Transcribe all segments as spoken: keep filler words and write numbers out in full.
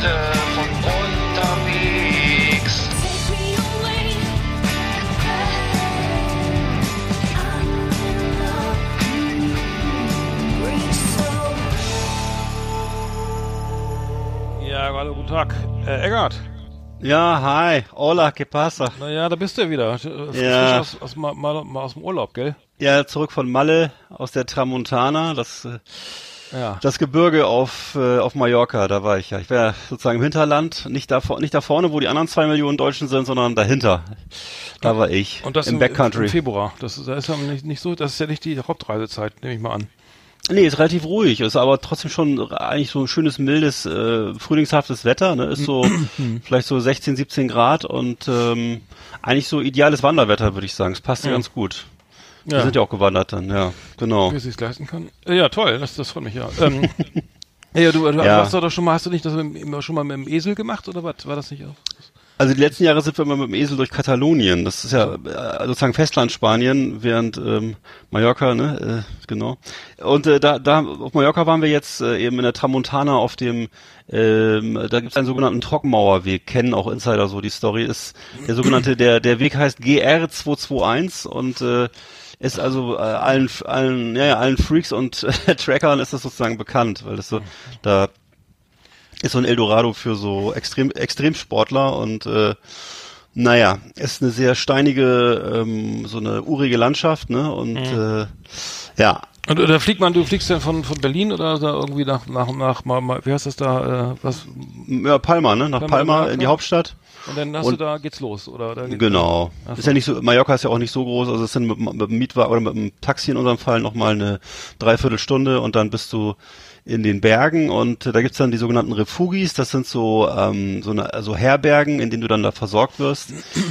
Geschichte von unterwegs. Ja, hallo, guten Tag. Äh, Eggert. Ja, hi. Hola, ¿qué pasa? Naja, da bist du ja wieder. Frisch Ja. aus, aus, mal, mal, mal aus dem Urlaub, gell? Ja, zurück von Malle aus der Tramontana, das, äh, Ja. das Gebirge auf, äh, auf Mallorca, da war ich ja. Ich war ja sozusagen im Hinterland, nicht da, vor- nicht da vorne, wo die anderen zwei Millionen Deutschen sind, sondern dahinter. Da war ich. Und das im im, Backcountry. im Februar. Das, ist- das ist ja nicht, nicht so, das ist ja nicht die Hauptreisezeit, nehme ich mal an. Nee, ist relativ ruhig, ist aber trotzdem schon eigentlich so ein schönes, mildes, äh, frühlingshaftes Wetter, ne? Ist so vielleicht so sechzehn, siebzehn Grad und ähm, eigentlich so ideales Wanderwetter, würde ich sagen. Es passt ja Ja. ganz gut. Wir sind ja auch gewandert dann, ja, genau. Wie es sich leisten kann. Äh, Ja, toll, das, das freut mich ja. Ähm, ja, du, du Ja. hast doch schon mal, hast du nicht das mit, dem- schon mal mit dem Esel gemacht oder was? War das nicht auch? Also die letzten Jahre sind wir immer mit dem Esel durch Katalonien. Das ist ja äh, sozusagen Festland Spanien, während ähm, Mallorca, ne, äh, genau. Und äh, da, da auf Mallorca waren wir jetzt äh, eben in der Tramontana auf dem, ähm, da gibt es einen sogenannten Trockenmauerweg. Kennen auch Insider so die Story. Ist der sogenannte, der der Weg heißt G R zweihunderteinundzwanzig und äh, ist also äh, allen allen ja, ja allen Freaks und äh, Trackern ist das sozusagen bekannt, weil das so da ist so ein Eldorado für so Extrem Extremsportler und äh, naja, ist eine sehr steinige, ähm, so eine urige Landschaft, ne? Und äh, ja, Und da fliegt man, du fliegst dann von, von Berlin oder da irgendwie nach, nach, nach, mal, mal, wie heißt das da, äh, was? ja, Palma, ne? Nach Palma, Palma Mallorca? in die Hauptstadt. Und dann hast Und- du da, geht's los, oder? Da geht- Genau. Ach so. Ist ja nicht so, Mallorca ist ja auch nicht so groß, also es sind mit, mit dem Mietwagen oder mit dem Taxi in unserem Fall nochmal eine Dreiviertelstunde und dann bist du in den Bergen und äh, da gibt's dann die sogenannten Refugis, das sind so ähm, so eine also Herbergen, in denen du dann da versorgt wirst.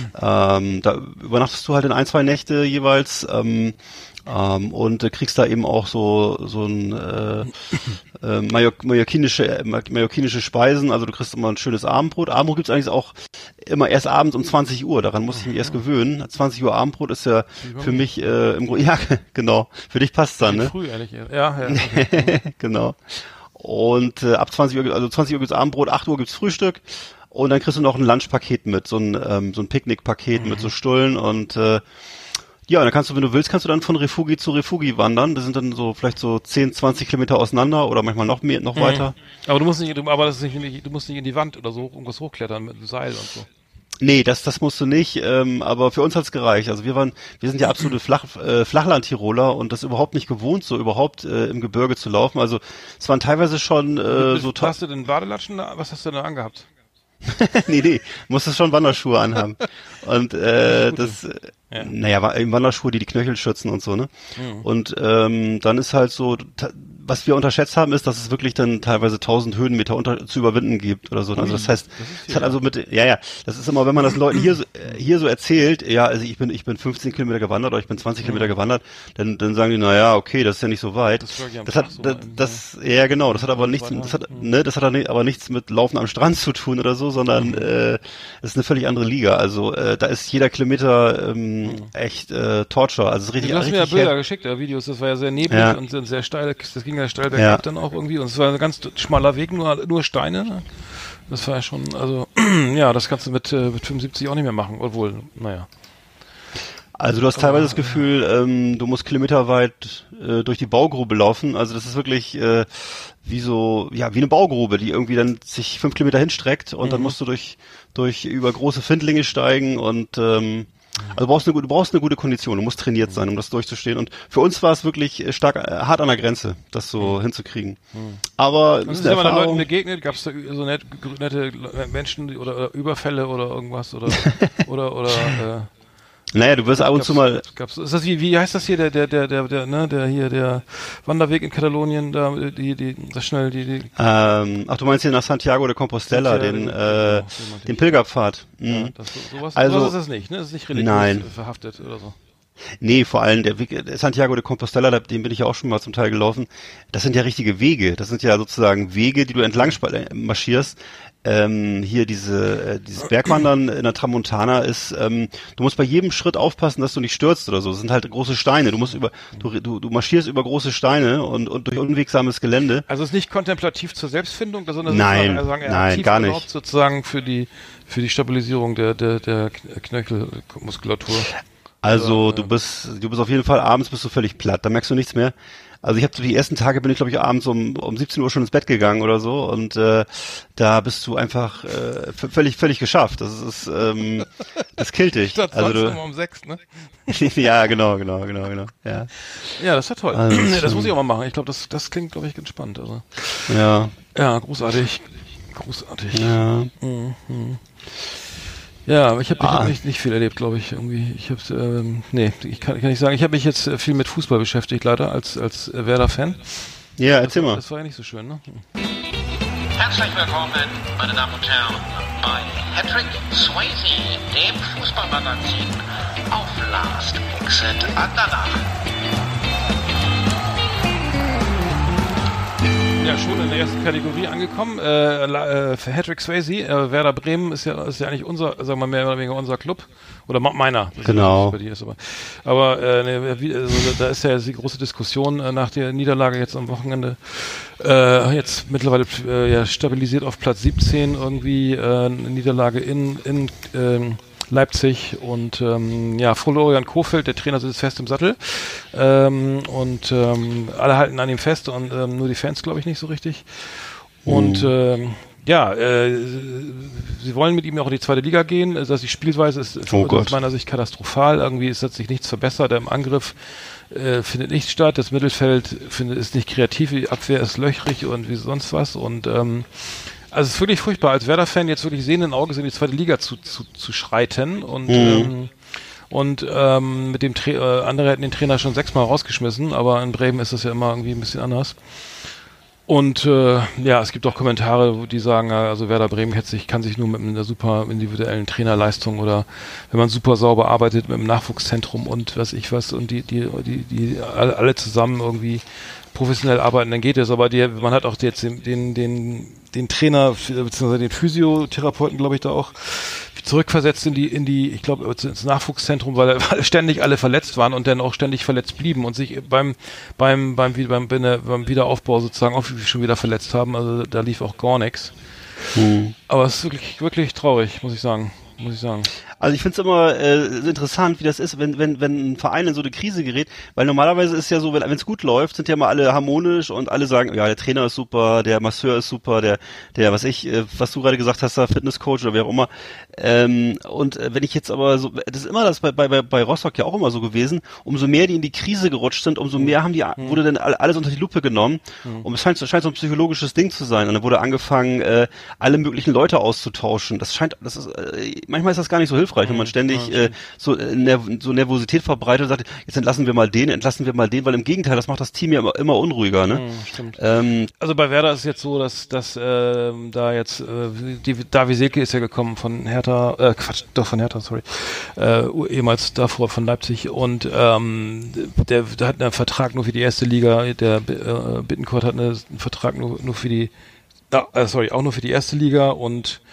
ähm, da übernachtest du halt in ein, zwei Nächte jeweils ähm, ähm, und äh, kriegst da eben auch so so ein äh, äh, Mallor mallorquinische äh, mallorquinische Speisen, also du kriegst immer ein schönes Abendbrot. Abendbrot gibt's eigentlich auch immer erst abends um zwanzig Uhr, daran muss ich mich erst gewöhnen. zwanzig Uhr Abendbrot ist ja für mich äh, im Grunde, ja genau, für dich passt's dann, ne? Früh, ehrlich. Ja, ja. Okay. Genau. Und äh, ab zwanzig Uhr, also zwanzig Uhr gibt's Abendbrot, acht Uhr gibt's Frühstück und dann kriegst du noch ein Lunchpaket mit, so ein ähm, so ein Picknickpaket mit so Stullen und äh, ja, und dann kannst du, wenn du willst, kannst du dann von Refugi zu Refugi wandern. Das sind dann so vielleicht so zehn, zwanzig Kilometer auseinander oder manchmal noch mehr, noch weiter. Aber du musst nicht, du, aber das ist nicht, du musst nicht in die Wand oder so irgendwas hochklettern mit einem Seil und so. Nee, das das musst du nicht, ähm, aber für uns hat's gereicht. Also wir waren, wir sind ja absolute Flach, äh, Flachland-Tiroler und das überhaupt nicht gewohnt, so überhaupt äh, im Gebirge zu laufen. Also es waren teilweise schon äh, so to- Hast du denn Badelatschen da? Was hast du denn angehabt? nee, nee, musstest schon Wanderschuhe anhaben. Und äh, das, äh, Ja. naja, wa- eben Wanderschuhe, die die Knöchel schützen und so, ne? Und ähm, dann ist halt so, ta- was wir unterschätzt haben, ist, dass es wirklich dann teilweise tausend Höhenmeter unter, zu überwinden gibt oder so. Also das heißt, es hat also mit, ja, ja, das ist immer, wenn man das Leuten hier so, äh, hier so erzählt, ja, also ich bin, ich bin fünfzehn Kilometer gewandert oder ich bin zwanzig Kilometer gewandert, dann, dann sagen die, na ja, okay, das ist ja nicht so weit. Das ist wirklich am Das Tag hat, so das, in- das, ja genau, das hat aber und nichts, so weiter. das hat, ne, das hat aber ni- aber nichts mit Laufen am Strand zu tun oder so, sondern äh, es ist eine völlig andere Liga. Also äh, da ist jeder Kilometer ähm, echt äh, Torture. Also es ist richtig, Du hast mir ja richtig Bilder her- geschickt, ja, Videos, das war ja sehr neblig Ja. und sehr steil, das ging ja steil bergab Ja. dann auch irgendwie und es war ein ganz schmaler Weg, nur, nur Steine, ne? Das war ja schon, also, ja, das kannst du mit, äh, mit fünfundsiebzig auch nicht mehr machen, obwohl, naja. Also du hast teilweise das Gefühl, ähm, du musst kilometerweit äh, durch die Baugrube laufen. Also das ist wirklich äh, wie so, ja, wie eine Baugrube, die irgendwie dann sich fünf Kilometer hinstreckt und dann musst du durch durch über große Findlinge steigen und ähm, also du brauchst eine, gute- du brauchst eine gute Kondition, du musst trainiert sein, um das durchzustehen. Und für uns war es wirklich äh, stark, äh, hart an der Grenze, das so hinzukriegen. Aber Und ist sind eine aber den Leuten Erfahrung. begegnet, gab es da so net, nette Menschen die- oder, oder Überfälle oder irgendwas oder, oder, oder, äh, Naja, du wirst ab und zu mal, Gab's, ist das wie, wie heißt das hier, der, der, der, der, der, ne, der hier, der Wanderweg in Katalonien, da, die, die, das schnell, die, die, ähm, ach du meinst hier nach Santiago de Compostela, Santiago den, de- äh, genau, so meinte den ich. Pilgerpfad. Mhm. ja, das, sowas, Also- sowas ist das nicht, ne, das ist nicht religiös Nein. verhaftet oder so. Nee, vor allem der Weg, der Santiago de Compostela, den bin ich ja auch schon mal zum Teil gelaufen. Das sind ja richtige Wege. Das sind ja sozusagen Wege, die du entlang marschierst. Ähm, hier diese äh, dieses Bergwandern in der Tramontana ist, ähm, du musst bei jedem Schritt aufpassen, dass du nicht stürzt oder so. Das sind halt große Steine. Du musst über, du, du, du marschierst über große Steine und, und durch unwegsames Gelände. Also es ist nicht kontemplativ zur Selbstfindung, sondern nein, ist sagen, nein, aktiv gar überhaupt nicht. sozusagen für die für die Stabilisierung der der der Knöchelmuskulatur. Also ja, du ja. bist du bist auf jeden Fall abends bist du völlig platt. Da merkst du nichts mehr. Also ich habe so die ersten Tage bin ich glaube ich abends um um siebzehn Uhr schon ins Bett gegangen oder so und äh, da bist du einfach äh, völlig völlig geschafft. Das ist ähm, das killt dich. Statt also sonst du, immer um sechs, ne? ja, genau, genau, genau, genau. Ja, ja, das ist ja toll. Also, das, das muss ich auch mal machen. Ich glaube, das das klingt glaube ich ganz spannend. Also ja, ja, großartig, großartig. ja. Mhm. Ja, aber ich habe Ah. hab nicht, nicht viel erlebt, glaube ich. Irgendwie, ich habe, ähm, nee, ich kann, kann nicht sagen. Ich habe mich jetzt äh, viel mit Fußball beschäftigt, leider als als äh, Werder-Fan. Ja, Das, erzähl war- mal. das war ja nicht so schön, ne? Herzlich willkommen, meine Damen und Herren, bei Patrick Swayze, dem Fußballmagazin auf Last Exit Andernach. Ja, schon in der ersten Kategorie angekommen. Äh, La- äh, für Patrick Swayze, äh, Werder Bremen ist ja ist ja eigentlich unser, sagen wir mehr oder weniger unser Club oder ma- meiner. Das Genau. ist bei dir ist aber, aber äh, ne, wie, also, da ist ja jetzt die große Diskussion äh, nach der Niederlage jetzt am Wochenende. Äh, jetzt mittlerweile äh, ja, stabilisiert auf Platz siebzehn irgendwie äh, eine Niederlage in in ähm, Leipzig und ähm, ja, Florian Kohfeldt, der Trainer, sitzt fest im Sattel ähm, und ähm, alle halten an ihm fest und ähm, nur die Fans, glaube ich, nicht so richtig. Und ähm, ja, äh, sie wollen mit ihm auch in die zweite Liga gehen. Also die Spielweise ist, ist Oh aus Gott. meiner Sicht katastrophal. Irgendwie ist hat sich nichts verbessert. Im Angriff äh, findet nichts statt. Das Mittelfeld findet ist nicht kreativ. Die Abwehr ist löchrig und wie sonst was. Und ähm, also es ist wirklich furchtbar, als Werder-Fan jetzt wirklich sehenden Auges in die zweite Liga zu, zu, zu schreiten und Mhm. ähm, und ähm, mit dem Tra äh, andere hätten den Trainer schon sechsmal rausgeschmissen, aber in Bremen ist das ja immer irgendwie ein bisschen anders. Und äh, ja, es gibt auch Kommentare, wo die sagen, ja, also Werder Bremen hätte sich, kann sich nur mit einer super individuellen Trainerleistung oder wenn man super sauber arbeitet mit einem Nachwuchszentrum und was ich was und die die die die alle, alle zusammen irgendwie professionell arbeiten, dann geht es. Aber die, man hat auch jetzt den den den, den Trainer bzw. den Physiotherapeuten, glaube ich, da auch zurückversetzt in die, in die, ich glaube, ins Nachwuchszentrum, weil, weil ständig alle verletzt waren und dann auch ständig verletzt blieben und sich beim, beim, beim, beim, beim Wiederaufbau sozusagen auch schon wieder verletzt haben. Also da lief auch gar nichts. Mhm. Aber es ist wirklich, wirklich traurig, muss ich sagen. Muss ich sagen. Also ich finde es immer äh, interessant, wie das ist, wenn wenn wenn ein Verein in so eine Krise gerät, weil normalerweise ist ja so, wenn es gut läuft, sind ja mal alle harmonisch und alle sagen, ja, der Trainer ist super, der Masseur ist super, der der was ich, äh, was du gerade gesagt hast, der Fitnesscoach oder wer auch immer. Ähm, und äh, wenn ich jetzt aber so, das ist immer das bei bei bei Rostock ja auch immer so gewesen, umso mehr die in die Krise gerutscht sind, umso mehr haben die wurde dann alles unter die Lupe genommen und es scheint, es scheint so ein psychologisches Ding zu sein und dann wurde angefangen, äh, alle möglichen Leute auszutauschen. Das scheint, das ist äh, manchmal ist das gar nicht so hilfreich, wenn man ständig Ja, äh, so, äh, Nerv so Nervosität verbreitet und sagt, jetzt entlassen wir mal den, entlassen wir mal den, weil im Gegenteil, das macht das Team ja immer, immer unruhiger, ne? Mhm, stimmt. Ähm, Also bei Werder ist es jetzt so, dass, dass ähm, da jetzt, äh, die, Davi Selke ist ja gekommen von Hertha, äh, Quatsch, doch von Hertha, sorry, äh, ehemals davor von Leipzig und ähm, der, der hat einen Vertrag nur für die erste Liga, der äh, Bittencourt hat eine, einen Vertrag nur, nur für die, ah, äh, sorry, auch nur für die erste Liga und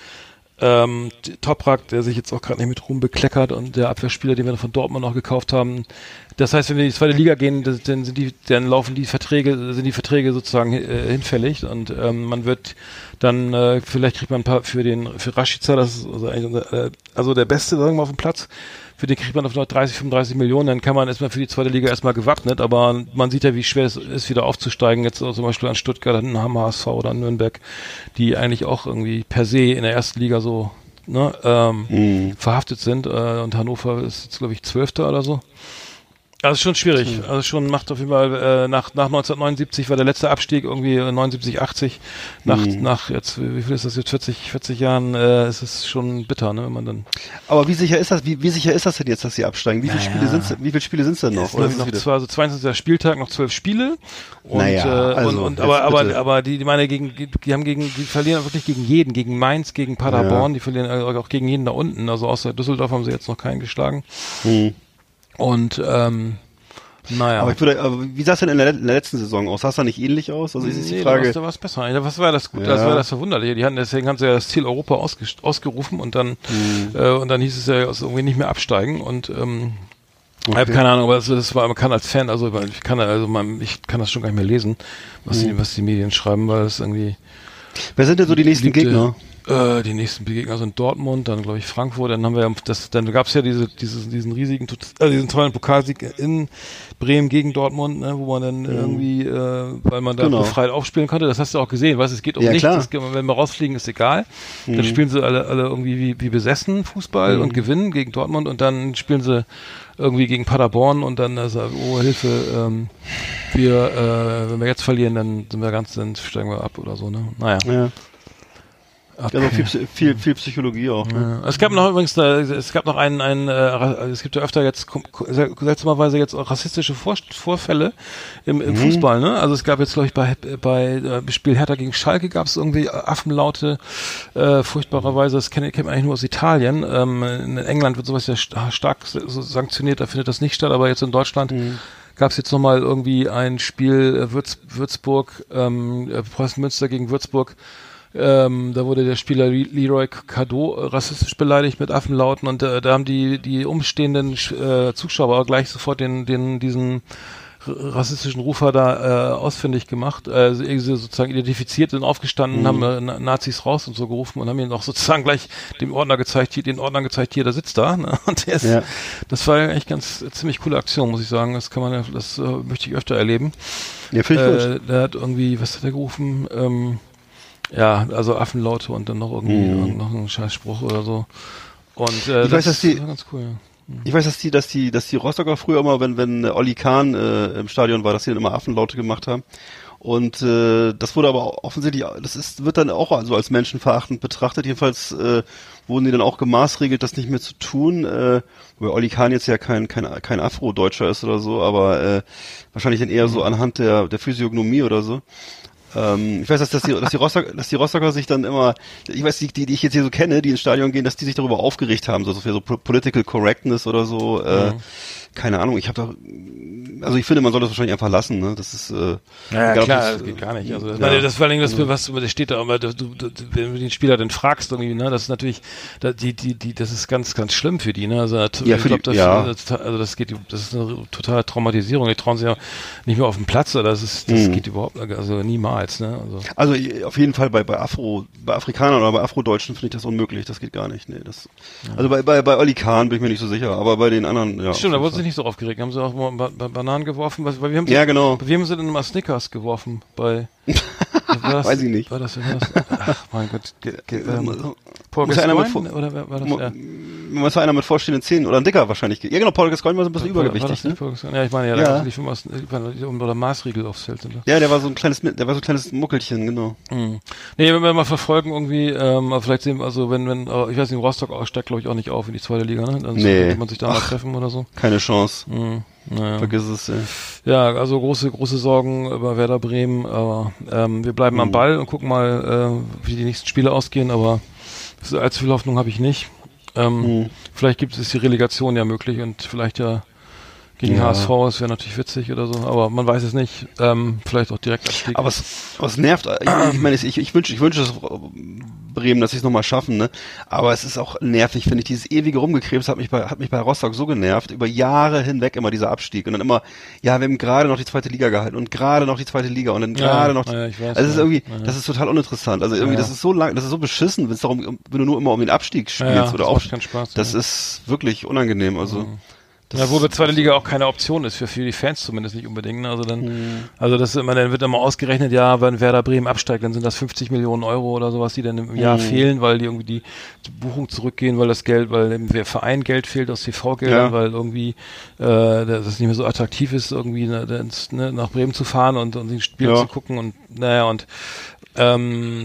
ähm, Toprak, der sich jetzt auch gerade nicht mit Ruhm bekleckert und der Abwehrspieler, den wir von Dortmund noch gekauft haben. Das heißt, wenn wir in die zweite Liga gehen, das, dann sind die, dann laufen die Verträge, sind die Verträge sozusagen äh, hinfällig und ähm, man wird dann äh, vielleicht kriegt man ein paar für den für Rashica, das ist also, eigentlich unser, äh, also der Beste, sagen wir mal, auf dem Platz. Für den kriegt man auf noch dreißig, fünfunddreißig Millionen, dann kann man erstmal für die zweite Liga erstmal gewappnet, aber man sieht ja, wie schwer es ist, wieder aufzusteigen, jetzt zum Beispiel an Stuttgart, an Hammer, H S V oder an Nürnberg, die eigentlich auch irgendwie per se in der ersten Liga so ne, ähm, Mhm. verhaftet sind äh, und Hannover ist jetzt, glaube ich, Zwölfter oder so. Also schon schwierig. Also schon macht auf jeden Fall äh, nach nach neunzehnhundertneunundsiebzig war der letzte Abstieg irgendwie äh, neunundsiebzig, achtzig. Nach Mhm. nach jetzt wie viel ist das jetzt vierzig, vierzig Jahren äh, ist es schon bitter, ne, wenn man dann aber wie sicher ist das, wie, wie sicher ist das denn jetzt, dass sie absteigen? Wie viele Naja. Spiele sind's, wie viele Spiele sind's denn noch? Ist noch, ist es noch wieder- zwar so zweiundzwanzigster Spieltag, noch zwölf Spiele und, Naja, äh, also, und, und jetzt aber aber bitte. aber die die meine gegen die haben gegen die verlieren wirklich gegen jeden, gegen Mainz, gegen Paderborn, die verlieren äh, auch gegen jeden da unten, also außer Düsseldorf haben sie jetzt noch keinen geschlagen. Mhm. Und ähm, naja. Aber ich würde, aber wie sah es denn in der, in der letzten Saison aus? Sah es da nicht ähnlich aus? Also ist nee, die Frage. Da war es besser. Was war das gut? Ja. Das war das Verwunderliche. Die hatten, deswegen haben sie ja das Ziel Europa ausge, ausgerufen und dann mhm. äh, und dann hieß es ja also irgendwie nicht mehr absteigen und ähm, okay. Ich habe keine Ahnung, aber das, das war, man kann als Fan, also ich kann also man, ich kann das schon gar nicht mehr lesen, was mhm. die, was die Medien schreiben, weil das irgendwie. Wer sind denn so die nächsten liebte, Gegner? Äh, die nächsten Gegner sind Dortmund, dann glaube ich Frankfurt, dann haben wir das, dann gab es ja diese, dieses, diesen riesigen, äh, diesen tollen Pokalsieg in Bremen gegen Dortmund, ne, wo man dann mhm. irgendwie, äh, weil man da genau. befreit aufspielen konnte, das hast du auch gesehen, weißt, es geht um ja, nichts, es, klar. wenn wir rausfliegen, ist egal, mhm. dann spielen sie alle, alle irgendwie wie, wie besessen Fußball mhm. und gewinnen gegen Dortmund und dann spielen sie irgendwie gegen Paderborn und dann also, oh Hilfe, ähm, wir, äh, wenn wir jetzt verlieren, dann sind wir ganz, dann steigen wir ab oder so, ne, naja. Ja. Okay. Also viel, viel, viel Psychologie auch. Ne? Ja. Es gab noch übrigens, äh, es gab noch einen, einen äh, es gibt ja öfter jetzt seltsamerweise jetzt auch rassistische Vor Vorfälle im, im mhm. Fußball. Ne? Also es gab jetzt glaube ich bei bei äh, Spiel Hertha gegen Schalke gab es irgendwie Affenlaute, äh, furchtbarerweise. Das kennt, kennt man eigentlich nur aus Italien. Ähm, in England wird sowas ja stark so sanktioniert, da findet das nicht statt. Aber jetzt in Deutschland mhm. gab es jetzt nochmal irgendwie ein Spiel äh, Würz, Würzburg, ähm, Preußen Münster gegen Würzburg. Ähm, da wurde der Spieler Leroy Cadeau rassistisch beleidigt mit Affenlauten und äh, da haben die die umstehenden äh, Zuschauer gleich sofort den den diesen rassistischen Rufer da äh, ausfindig gemacht, äh, sozusagen identifiziert und aufgestanden, mhm. haben äh, Nazis raus und so gerufen und haben ihn auch sozusagen gleich dem Ordner gezeigt, hier, den Ordner gezeigt, hier, der sitzt da. Ne? Und der ist, ja. das war ja eigentlich ganz äh, ziemlich coole Aktion, muss ich sagen. Das kann man ja, das äh, möchte ich öfter erleben. Ja, finde ich äh, gut. Der hat irgendwie, was hat er gerufen? Ähm, Ja, also Affenlaute und dann noch irgendwie mm. noch ein Scheißspruch oder so. Und äh, ich das weiß, dass die, war ganz cool. Ja. Mhm. Ich weiß, dass die, dass die, dass die Rostocker früher immer, wenn wenn Olli Kahn äh, im Stadion war, dass die dann immer Affenlaute gemacht haben. Und äh, das wurde aber offensichtlich, das ist wird dann auch also als menschenverachtend betrachtet. Jedenfalls äh, wurden die dann auch gemaßregelt, das nicht mehr zu tun. Äh, weil Olli Kahn jetzt ja kein kein kein Afro-Deutscher ist oder so, aber äh, wahrscheinlich dann eher mhm. so anhand der der Physiognomie oder so. Ähm, ich weiß, dass, dass, die, dass, die Rostocker, dass die Rostocker sich dann immer, ich weiß, die, die, die ich jetzt hier so kenne, die ins Stadion gehen, dass die sich darüber aufgeregt haben, so, so für so Political Correctness oder so. Äh, mhm. Keine Ahnung, ich habe da, also ich finde, man soll das wahrscheinlich einfach lassen, ne? Das ist, äh, ja, egal, klar, das, das geht gar nicht. Also, das, ja. meine, das vor allem, das, was, das steht da, aber du, du, du, wenn du den Spieler dann fragst, irgendwie, ne, das ist natürlich, da, die, die, die, das ist ganz, ganz schlimm für die, ne? Also, ja, ich glaube, das, ja. das, also, das geht, das ist eine totale Traumatisierung. Die trauen sich ja nicht mehr auf den Platz, oder das ist, das mhm. geht überhaupt, also niemals, ne? Also, also auf jeden Fall bei, bei Afro, bei Afrikanern oder bei Afrodeutschen finde ich das unmöglich. Das geht gar nicht, nee, das, ja. also bei, bei, bei Olli Kahn bin ich mir nicht so sicher, aber bei den anderen, ja. Stimmt, da wurden sie nicht so aufgeregt, haben sie auch mal ba Bananen geworfen, was, weil wir haben sie, ja, genau. Bei wem haben sie denn immer Snickers geworfen? Bei, war das, weiß ich nicht. War das, war das, ach, mein Gott, ge, ge, ähm, Paul muss einer mit oder wer war das? Mo ja. Muss einer mit vorstehenden Zähnen oder ein Dicker wahrscheinlich. Ja genau, Paul Gascoigne war so ein bisschen war, übergewichtig. War das ne? Ja, ich meine ja, ja. Da die Firma oder Maßriegel aufs Feld sind. Ja, der war so ein kleines, der war so ein kleines Muckelchen, genau. Mhm. Nee, wenn wir mal verfolgen irgendwie, ähm, vielleicht sehen, also wenn, wenn, ich weiß nicht, Rostock steigt glaube ich auch nicht auf in die zweite Liga, ne? Also nee. Kann man sich da mal treffen oder so. Keine Chance. Mhm. Naja. Vergiss es, ey. Ja, also große, große Sorgen über Werder Bremen, aber ähm, wir bleiben mhm. am Ball und gucken mal, äh, wie die nächsten Spiele ausgehen, aber allzu viel Hoffnung habe ich nicht. Ähm, mhm. Vielleicht gibt es die Relegation ja möglich und vielleicht ja gegen ja. H S V, das wäre natürlich witzig oder so, aber man weiß es nicht. Ähm, vielleicht auch direkt Abstieg. Aber es, aber es nervt, ich, ich meine, ich, ich wünsche ich wünsche es Bremen, dass sie es nochmal schaffen, ne? Aber es ist auch nervig, finde ich. Dieses ewige Rumgekrebs hat mich bei, hat mich bei Rostock so genervt, über Jahre hinweg immer dieser Abstieg und dann immer, ja, wir haben gerade noch die zweite Liga gehalten und gerade noch die zweite Liga und dann gerade ja, noch, die, ja, ich weiß, also es ist ja. irgendwie, ja. das ist total uninteressant. Also irgendwie, ja. das ist so lang, das ist so beschissen, wenn es darum, wenn du nur immer um den Abstieg spielst ja, oder auch. Das, das ja. ist wirklich unangenehm, also. Mhm. Das ja, wo die zweite Liga auch keine Option ist, für, für die Fans zumindest nicht unbedingt. Ne? Also dann, mhm. also das immer, dann wird immer ausgerechnet, ja, wenn Werder Bremen absteigt, dann sind das fünfzig Millionen Euro oder sowas, die dann im Jahr mhm. fehlen, weil die irgendwie die, die Buchung zurückgehen, weil das Geld, weil dem Verein Geld fehlt aus T V-Geldern, ja. weil irgendwie äh, das nicht mehr so attraktiv ist, irgendwie ne, ins, ne, nach Bremen zu fahren und, und die Spiele ja. zu gucken und naja und ähm,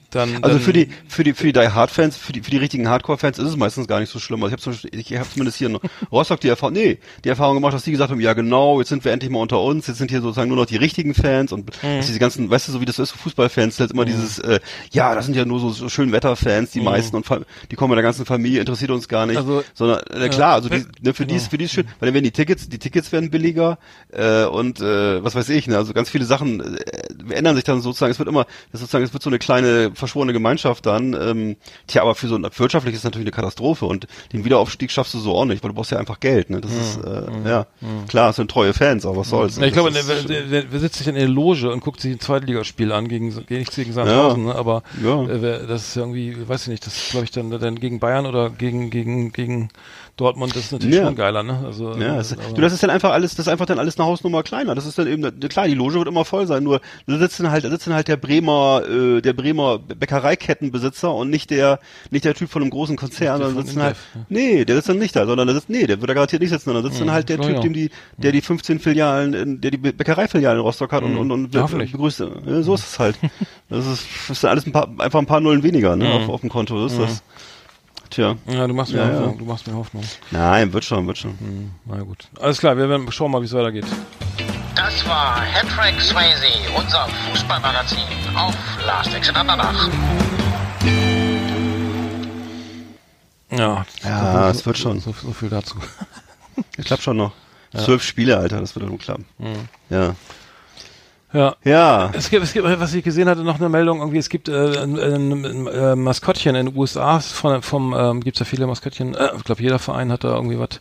dann, also dann für die für die für die Die Hard Fans, für die für die richtigen Hardcore Fans ist es meistens gar nicht so schlimm. Also ich habe zum Beispiel, ich habe zumindest hier in Rostock die Erfahrung, nee, die Erfahrung gemacht, dass die gesagt haben, ja genau, jetzt sind wir endlich mal unter uns, jetzt sind hier sozusagen nur noch die richtigen Fans und mhm. diese ganzen, weißt du, so wie das ist, so Fußballfans, das ist immer mhm. dieses, äh, ja, das sind ja nur so, so schön Wetterfans, die mhm. meisten und die kommen mit der ganzen Familie, interessiert uns gar nicht, also, sondern äh, klar, also die, ne, für genau. die ist für die ist schön, weil dann werden die Tickets, die Tickets werden billiger äh, und äh, was weiß ich, ne, also ganz viele Sachen äh, ändern sich dann sozusagen, es wird immer, das sozusagen, es wird so eine kleine verschworene Gemeinschaft dann, ähm, tja, aber für so ein wirtschaftlich ist es natürlich eine Katastrophe und den Wiederaufstieg schaffst du so auch nicht, weil du brauchst ja einfach Geld, ne, das mhm. ist, äh, mhm. ja, mhm. klar, es sind treue Fans, aber was soll's. Ja, ich glaube, wer, wer sitzt sich in der Loge und guckt sich ein Zweitligaspiel an, gegen, gegen, gegen Sandhausen, ja. ne, aber ja. äh, das ist irgendwie, weiß ich nicht, das ist, glaube ich, dann, dann gegen Bayern oder gegen, gegen, gegen Dortmund, das ist natürlich ja. schon geiler, ne? Also, ja, das, du, das ist dann einfach alles, das ist einfach dann alles eine Hausnummer kleiner. Das ist dann eben, klar, die Loge wird immer voll sein, nur da sitzen halt, da sitzen halt der Bremer, äh, der Bremer Bäckereikettenbesitzer und nicht der, nicht der Typ von einem großen Konzern, da sitzen halt, ja. nee, der sitzt dann nicht da, sondern der sitzt, nee, der wird da garantiert nicht sitzen, sondern da sitzt mhm. dann halt der Typ, ja. dem die, der die fünfzehn Filialen, in, der die Bäckereifilialen in Rostock hat mhm. und, und, und ja, begrüßt. Ja, so ist es halt. Das ist, das ist alles ein paar, einfach ein paar Nullen weniger, ne, mhm. auf, auf dem Konto, das ist mhm. das. Tja. Ja, du machst mir ja, Hoffnung, ja. du machst mir Hoffnung. Nein, wird schon, wird schon. Hm, na gut. Alles klar, wir werden schauen mal, wie es weitergeht. Das war Hattrick Swayze, unser Fußballmagazin auf Last Exit Andernach. Ja, ja, es so, wird schon. So, so viel dazu. Ich klappt schon noch. Ja. Zwölf Spiele, Alter, das wird dann klappen. Hm. Ja. Ja. Ja. Es gibt, es gibt, was ich gesehen hatte, noch eine Meldung, irgendwie, es gibt äh, ein, ein, ein, ein Maskottchen in den U S A, von, vom, ähm, gibt's ja viele Maskottchen, äh, ich glaube, jeder Verein hat da irgendwie was.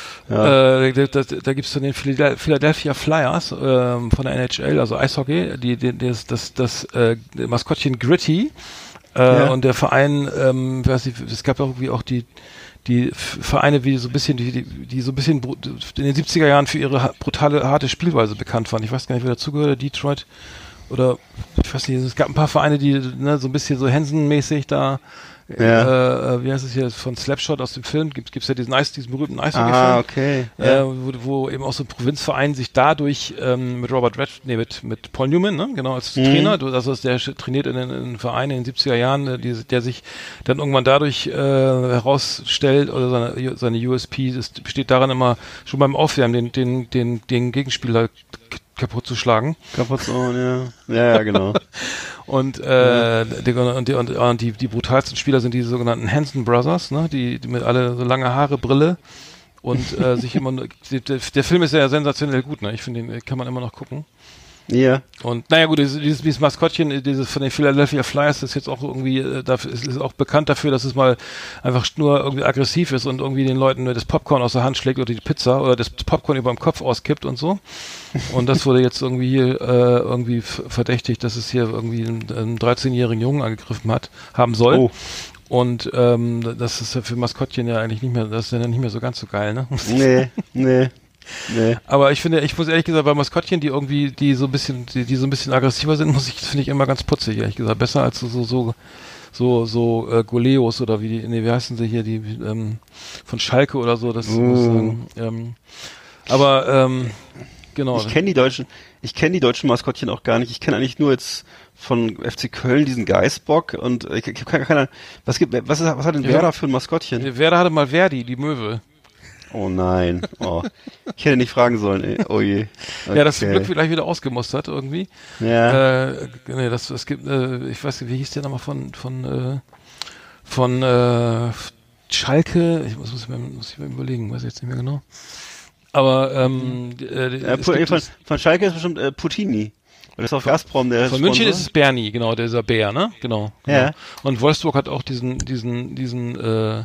Ja. Äh, da, da, da gibt's dann den Philadelphia Flyers äh, von der N H L, also Eishockey, die, die, das, das, das äh, Maskottchen Gritty äh, ja. und der Verein, ähm, weiß ich, es gab irgendwie auch die die Vereine, wie so ein bisschen, die, die, die so ein bisschen in den siebziger Jahren für ihre brutale, harte Spielweise bekannt waren. Ich weiß gar nicht, wer dazugehört, Detroit oder, ich weiß nicht, es gab ein paar Vereine, die, ne, so ein bisschen so Hansen-mäßig da, ja. äh, wie heißt es hier, von Slapshot aus dem Film, gibt gibt's ja diesen Eis, diesen berühmten Eishockey-Film. Ah, okay. Äh, ja. wo, wo eben auch so ein Provinzverein sich dadurch, ähm, mit Robert Red, nee, mit, mit Paul Newman, ne, genau, als mhm. Trainer, du, also der trainiert in den Vereinen in den siebziger Jahren, die, der sich dann irgendwann dadurch, äh, herausstellt, oder seine, seine U S P, das besteht daran immer, schon beim Aufwärmen, den, den, den, den Gegenspieler kaputt zu schlagen. Kaputt zu, ja. Ja, ja, genau. Und, äh, ja. die, und, die, und die, die brutalsten Spieler sind die sogenannten Hanson Brothers, ne, die, die mit alle so lange Haare, Brille und äh, sich immer nur, die, der, der Film ist ja sensationell gut, ne, ich finde, den kann man immer noch gucken. Ja. Und naja gut, dieses, dieses, dieses Maskottchen, dieses von den Philadelphia Flyers ist jetzt auch irgendwie, äh, dafür, ist, ist auch bekannt dafür, dass es mal einfach nur irgendwie aggressiv ist und irgendwie den Leuten das Popcorn aus der Hand schlägt oder die Pizza oder das Popcorn über dem Kopf auskippt und so. Und das wurde jetzt irgendwie hier äh, irgendwie verdächtigt, dass es hier irgendwie einen, einen dreizehnjährigen Jungen angegriffen hat, haben soll. Oh. Und ähm, das ist ja für Maskottchen ja eigentlich nicht mehr, das ist ja nicht mehr so ganz so geil, ne? Nee, nee. Nee. Aber ich finde, ich muss ehrlich gesagt, bei Maskottchen, die irgendwie, die so ein bisschen, die, die so ein bisschen aggressiver sind, muss ich, finde ich immer ganz putzig, ehrlich gesagt. Besser als so, so, so, so, so äh, Goleos oder wie die, nee, wie heißen sie hier, die, ähm, von Schalke oder so, das uh. muss ich sagen. Ähm, aber, ähm, genau. Ich kenne die deutschen, ich kenne die deutschen Maskottchen auch gar nicht. Ich kenne eigentlich nur jetzt von F C Köln diesen Geißbock und ich, ich habe keine, keine, was gibt, was ist, was hat denn ja. Werder für ein Maskottchen? Werder hatte mal Verdi, die Möwe. Oh nein, oh. Ich hätte nicht fragen sollen, ey. Oh je. Okay. Ja, das zum Glück vielleicht wieder ausgemustert irgendwie. Ja. Äh, nee, das, es gibt, äh, ich weiß nicht, wie hieß der nochmal von, von, äh, von, äh, Schalke, ich muss, muss, ich mir, muss ich mir überlegen, weiß ich jetzt nicht mehr genau. Aber, ähm, äh, ja, von, von, von Schalke ist bestimmt, äh, Putini. Das ist auf Gazprom, der Von München ist es Bernie, genau, dieser Bär, ne? Genau. genau. Ja. Und Wolfsburg hat auch diesen, diesen, diesen, äh,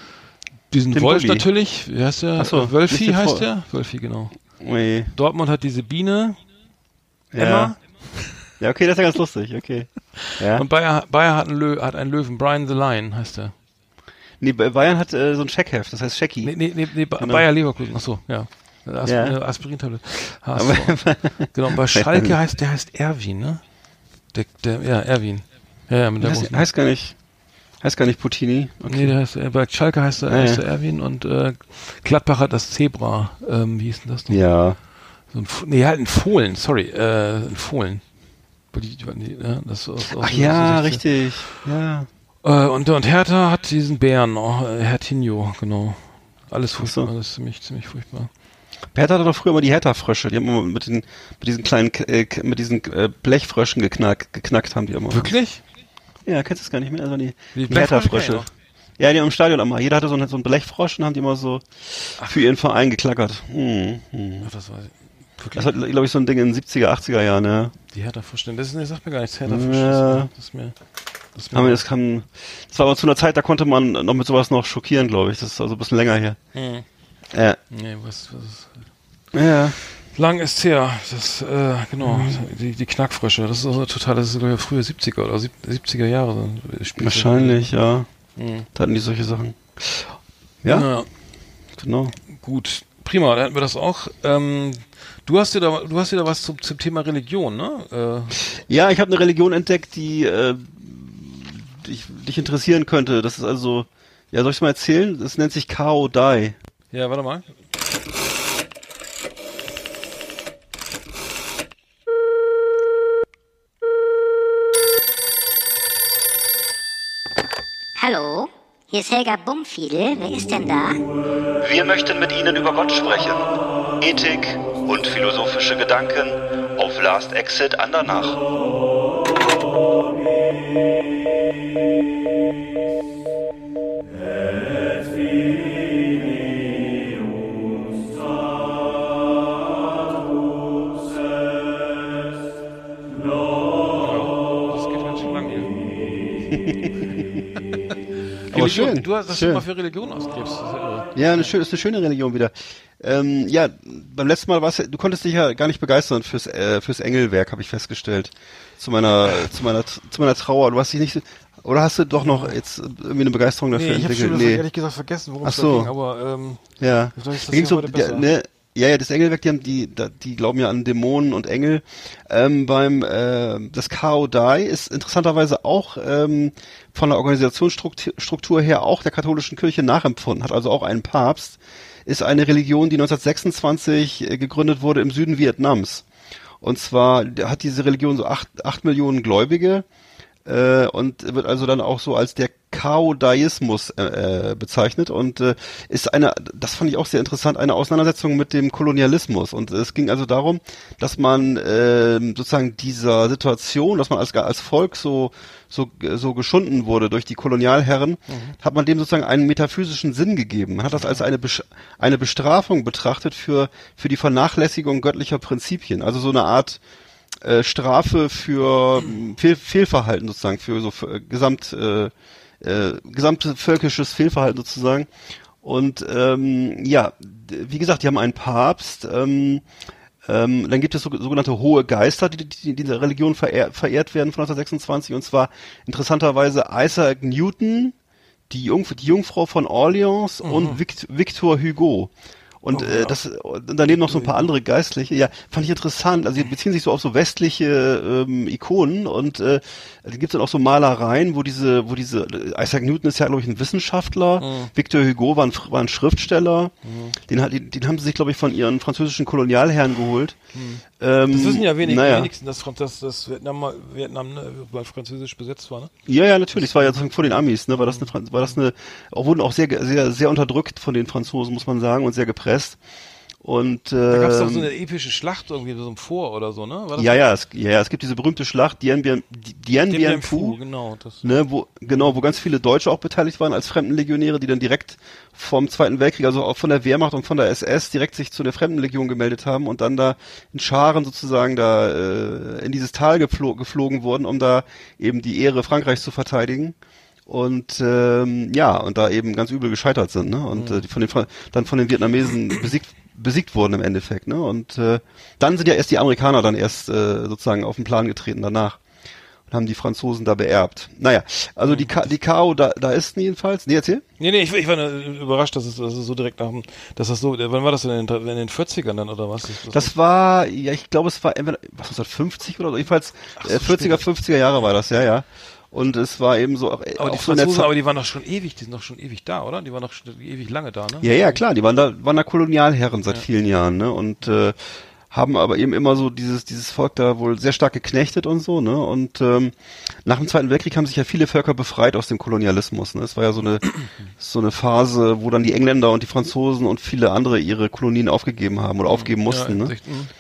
Diesen Wolf Bulli. Natürlich, wie heißt der? So, Wölfi heißt der? Wölfi, genau. Ui. Dortmund hat diese Biene. Ja. Emma. Ja, okay, das ist ja ganz lustig, okay. Ja. Und Bayer, Bayer hat, einen Lö, hat einen Löwen, Brian the Lion heißt der. Nee, Bayern hat äh, so ein Scheckheft, das heißt Schecki. Nee, nee, nee, nee genau. Bayer Leverkusen, achso, ja. As ja. Eine Aspirintablette. Genau, und bei Schalke heißt, der heißt Erwin, ne? Der, der, ja, Erwin. Ja, ja, mit der heißt, heißt gar nicht. Heißt gar nicht Putini. Okay. Nee, der heißt, äh, bei Schalke heißt er, ah, heißt ja. er Erwin und äh, Gladbach hat das Zebra. Ähm, wie hieß denn das noch? Ja. So ein, nee, halt ein Fohlen, sorry, äh, ein Fohlen. Die, die, ja, das aus, aus Ach ja, richtig. Ja. Äh, und, und Hertha hat diesen Bären, oh, Hertinho, genau. Alles furchtbar, so. Alles ziemlich, ziemlich furchtbar. Hertha hatte doch früher immer die Hertha-Frösche, die haben immer mit, den, mit diesen kleinen, äh, mit diesen äh, Blechfröschen geknackt, geknackt haben die immer. Wirklich? Ja, kennst du es gar nicht mehr, also die, die, die Hertha-Frösche. Ja, die haben im Stadion immer. Jeder hatte so einen, so einen Blechfrosch und haben die immer so Ach. für ihren Verein geklackert. Hm, hm. Ach, das weiß ich. Wirklich? Das hat, glaube ich, so ein Ding in den siebziger, achtziger Jahren, ja. Die Hertha-Frösche, das, das sagt mir gar nichts. Hertha-Frösche, ja. das ist mir... Das, haben wir, das, kann, das war aber zu einer Zeit, da konnte man noch mit sowas noch schockieren, glaube ich. Das ist also ein bisschen länger her. Hm. Ja. Nee, was, was ja. Lang ist her. Das, äh, genau, mhm. die, die Knackfrösche. Das ist also total, das ist sogar frühe siebziger oder siebziger Jahre. Wahrscheinlich, ja. Mhm. Da hatten die solche Sachen. Ja? ja. Genau. Gut. Prima, dann hatten wir das auch. Ähm, du hast dir da, du hast dir da was zum, zum Thema Religion, ne? Äh. Ja, ich habe eine Religion entdeckt, die, äh, dich, dich interessieren könnte. Das ist also, ja, soll ich es mal erzählen? Das nennt sich Kao Dai. Ja, warte mal. Hallo, hier ist Helga Bumfiedel. Wer ist denn da? Wir möchten mit Ihnen über Gott sprechen. Ethik und philosophische Gedanken auf Last Exit Andernach. Aber schön. Du hast das schön. Mal für Religion ausgibst. Ja, eine schöne, ist eine schöne Religion wieder. Ähm, ja, beim letzten Mal war's, du konntest dich ja gar nicht begeistern fürs äh, fürs Engelwerk, habe ich festgestellt. Zu meiner zu meiner zu meiner Trauer. Du hast dich nicht, oder hast du doch noch jetzt irgendwie eine Begeisterung dafür nee, ich entwickelt? Ich habe nee. ehrlich gesagt vergessen, worum es so. da ging. Aber ähm, ja, das da ging's so, ja, ne, ja, ja, das Engelwerk, die haben die, die glauben ja an Dämonen und Engel. Ähm, beim äh, das Kao Dai ist interessanterweise auch ähm, von der Organisationsstruktur her auch der katholischen Kirche nachempfunden, hat also auch einen Papst, ist eine Religion, die neunzehnhundertsechsundzwanzig äh, gegründet wurde im Süden Vietnams. Und zwar hat diese Religion so acht, acht Millionen Gläubige äh, und wird also dann auch so als der Kao-Daismus äh, bezeichnet und äh, ist eine, das fand ich auch sehr interessant, eine Auseinandersetzung mit dem Kolonialismus. Und es ging also darum, dass man äh, sozusagen dieser Situation, dass man als, als Volk so so so geschunden wurde durch die Kolonialherren, mhm. hat man dem sozusagen einen metaphysischen Sinn gegeben. Man hat das als eine Besch- eine Bestrafung betrachtet für für die Vernachlässigung göttlicher Prinzipien. Also so eine Art äh, Strafe für Fehl- Fehlverhalten sozusagen, für so für, gesamt äh, Äh, gesamtvölkisches Fehlverhalten sozusagen. Und ähm, ja, wie gesagt, die haben einen Papst. Ähm, ähm, dann gibt es so, sogenannte hohe Geister, die, die, die in dieser Religion verehr, verehrt werden von neunzehnhundertsechsundzwanzig. Und zwar interessanterweise Isaac Newton, die, Jungf- die Jungfrau von Orleans mhm. und Vict- Victor Hugo. Und oh, äh, ja. das und daneben noch so ein paar andere Geistliche. Ja, fand ich interessant. Also die beziehen sich so auf so westliche ähm, Ikonen und äh, da gibt's dann auch so Malereien, wo diese, wo diese Isaac Newton ist ja, glaube ich, ein Wissenschaftler. Mhm. Victor Hugo war ein, war ein Schriftsteller. Mhm. Den, den, den haben sie sich, glaube ich, von ihren französischen Kolonialherren geholt. Mhm. Ähm, das wissen ja wenig, naja. wenigsten, dass, dass, dass Vietnam, Vietnam ne, weil französisch besetzt war, ne? Ja, ja, natürlich. Das war ja vor den Amis, ne? War das eine, war das eine, auch wurden auch sehr, sehr, sehr unterdrückt von den Franzosen, muss man sagen, und sehr gepresst. Und äh, da gab es doch so eine epische Schlacht irgendwie so im Vor oder so, ne? War das ja, ja, es, ja, ja, es gibt diese berühmte Schlacht Dien Bien, Dien Bien Phu, genau, das, ne, wo genau, wo ganz viele Deutsche auch beteiligt waren als Fremdenlegionäre, die dann direkt vom Zweiten Weltkrieg, also auch von der Wehrmacht und von der S S direkt sich zu der Fremdenlegion gemeldet haben und dann da in Scharen sozusagen da äh, in dieses Tal geflo- geflogen wurden, um da eben die Ehre Frankreichs zu verteidigen. Und ähm, ja, und da eben ganz übel gescheitert sind, ne? Und mhm. äh, die von den dann von den Vietnamesen besiegt besiegt wurden im Endeffekt, ne? Und äh, dann sind ja erst die Amerikaner dann erst äh, sozusagen auf den Plan getreten danach und haben die Franzosen da beerbt. Naja, also mhm. die Ka- die Kao da da ist jedenfalls. Nee, erzähl. Nee, nee, ich, ich war überrascht, dass es, dass es so direkt nach dem, dass das so, wann war das denn in den, in den vierzigern dann oder was? Das, das war, ja, ich glaube, es war entweder was neunzehnhundertfünfzig oder so, jedenfalls Ach, so äh, vierziger, fünfziger Jahre war das, ja, ja. Und es war eben so auch, aber auch die so in der Franzosen, Zeit, aber die waren doch schon ewig, die sind doch schon ewig da, oder? Die waren doch schon ewig lange da, ne? Ja, ja, klar, die waren da, waren da Kolonialherren seit ja. vielen Jahren, ne? Und äh, haben aber eben immer so dieses dieses Volk da wohl sehr stark geknechtet und so, ne? Und ähm, nach dem Zweiten Weltkrieg haben sich ja viele Völker befreit aus dem Kolonialismus, ne? Es war ja so eine so eine Phase, wo dann die Engländer und die Franzosen und viele andere ihre Kolonien aufgegeben haben oder aufgeben mussten, ja, ne?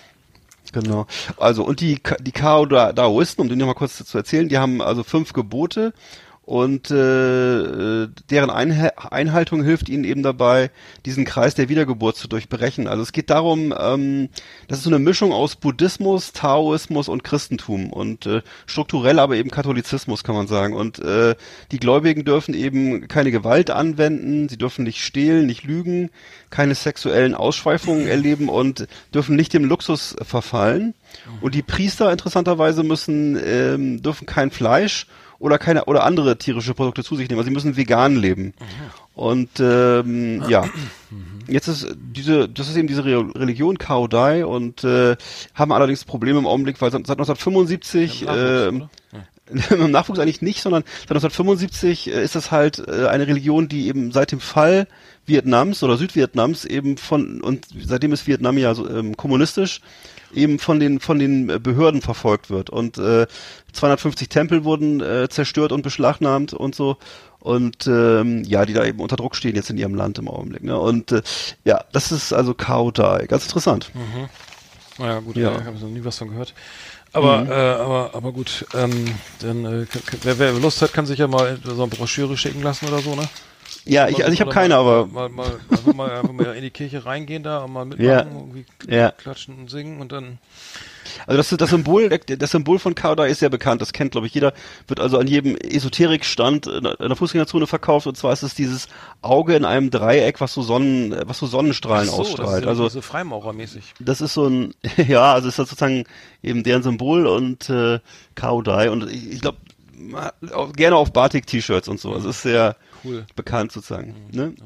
Genau. Also und die die Kao-Daoisten, um den noch mal kurz zu erzählen, die haben also fünf Gebote. Und äh, deren Einha- Einhaltung hilft ihnen eben dabei, diesen Kreis der Wiedergeburt zu durchbrechen. Also es geht darum, ähm, das ist so eine Mischung aus Buddhismus, Taoismus und Christentum und äh, strukturell aber eben Katholizismus, kann man sagen. Und äh, die Gläubigen dürfen eben keine Gewalt anwenden, sie dürfen nicht stehlen, nicht lügen, keine sexuellen Ausschweifungen erleben und dürfen nicht dem Luxus verfallen. Und die Priester interessanterweise müssen ähm, dürfen kein Fleisch oder keine oder andere tierische Produkte zu sich nehmen. Also sie müssen vegan leben. Und ähm, ja, jetzt ist diese, das ist eben diese Re- Religion Cao Dai und äh, haben allerdings Probleme im Augenblick, weil seit neunzehnhundertfünfundsiebzig Im Nachwuchs, äh, im Nachwuchs eigentlich nicht, sondern seit neunzehnhundertfünfundsiebzig äh, ist das halt äh, eine Religion, die eben seit dem Fall Vietnams oder Südvietnams eben von und seitdem ist Vietnam ja so, ähm, kommunistisch eben von den von den Behörden verfolgt wird und äh, zweihundertfünfzig Tempel wurden äh, zerstört und beschlagnahmt und so und ähm, ja, die da eben unter Druck stehen jetzt in ihrem Land im Augenblick, ne? Und äh, ja, das ist also Cao Dai, ganz interessant. Mhm. Naja, gut, ja. ich habe noch nie was von gehört. Aber, mhm. äh, aber, aber gut, ähm, dann, äh, k- k- wer, wer Lust hat, kann sich ja mal so eine Broschüre schicken lassen oder so, ne? Ja, ich, also ich habe keine, mal, aber mal, mal, einfach mal, einfach mal in die Kirche reingehen da und mal mitmachen, ja. irgendwie ja. klatschen und singen und dann. Also das, das Symbol, das Symbol von Cao Dai ist sehr bekannt, das kennt glaube ich jeder, wird also an jedem Esoterikstand in der Fußgängerzone verkauft und zwar ist es dieses Auge in einem Dreieck, was so Sonnen, was so Sonnenstrahlen Ach so, ausstrahlt. Das ist also so Freimaurermäßig. Das ist so ein, ja, also ist das sozusagen eben deren Symbol und äh, Cao Dai und ich, ich glaube gerne auf Batik-T-Shirts und so. Also ist sehr cool. Bekannt sozusagen. Mhm. Ne?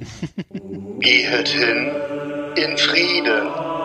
Gehet hin in Frieden.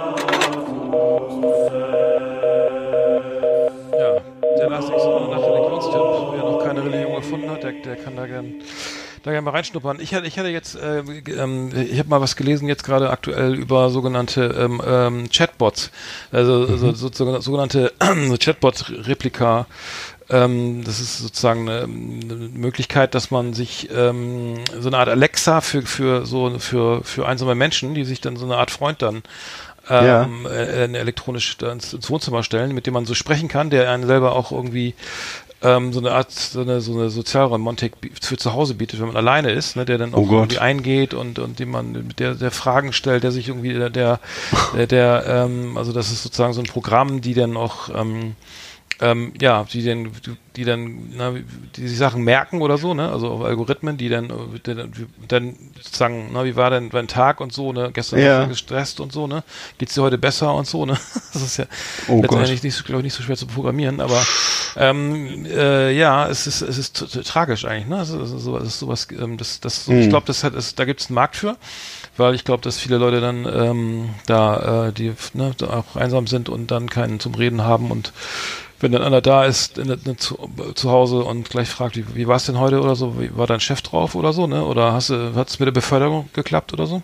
Ja, der Lars ist so nach Religionstipp. Wer noch keine Religion gefunden hat, der, der kann da gern da gerne mal reinschnuppern. Ich hatte, ich hatte jetzt, äh, ähm, ich habe mal was gelesen jetzt gerade aktuell über sogenannte ähm, ähm, Chatbots, also, mhm. also so, so, sogenannte Chatbot-Replika. Ähm, das ist sozusagen eine, eine Möglichkeit, dass man sich ähm, so eine Art Alexa für für so für für einsame Menschen, die sich dann so eine Art Freund dann ähm, ja. äh, elektronisch ins, ins Wohnzimmer stellen, mit dem man so sprechen kann, der einen selber auch irgendwie ähm, so eine Art, so eine, so eine Sozialromantik für zu Hause bietet, wenn man alleine ist, ne, der dann auch oh irgendwie eingeht und und dem man, mit der der Fragen stellt, der sich irgendwie der der, der, der ähm, also das ist sozusagen so ein Programm, die dann auch ähm, Ähm, ja, die dann, die dann, na, die sich Sachen merken oder so, ne, also auf Algorithmen, die dann, die dann, dann sagen, na, wie war denn dein Tag und so, ne, gestern ja. warst du gestresst und so, ne, geht's dir heute besser und so, ne, das ist ja oh letztendlich nicht, so, glaube ich, nicht so schwer zu programmieren, aber ähm, äh, ja, es ist, es ist t- t- tragisch eigentlich, ne, es ist, es ist so, es ist sowas, ähm, das, das, so, hm. ich glaube, das hat, es, da gibt's einen Markt für, weil ich glaube, dass viele Leute dann ähm, da, äh, die ne, da auch einsam sind und dann keinen zum Reden haben und wenn dann einer da ist in, in, zu, zu Hause und gleich fragt, wie, wie war es denn heute oder so, wie war dein Chef drauf oder so, ne? Oder hast du, hat es mit der Beförderung geklappt oder so?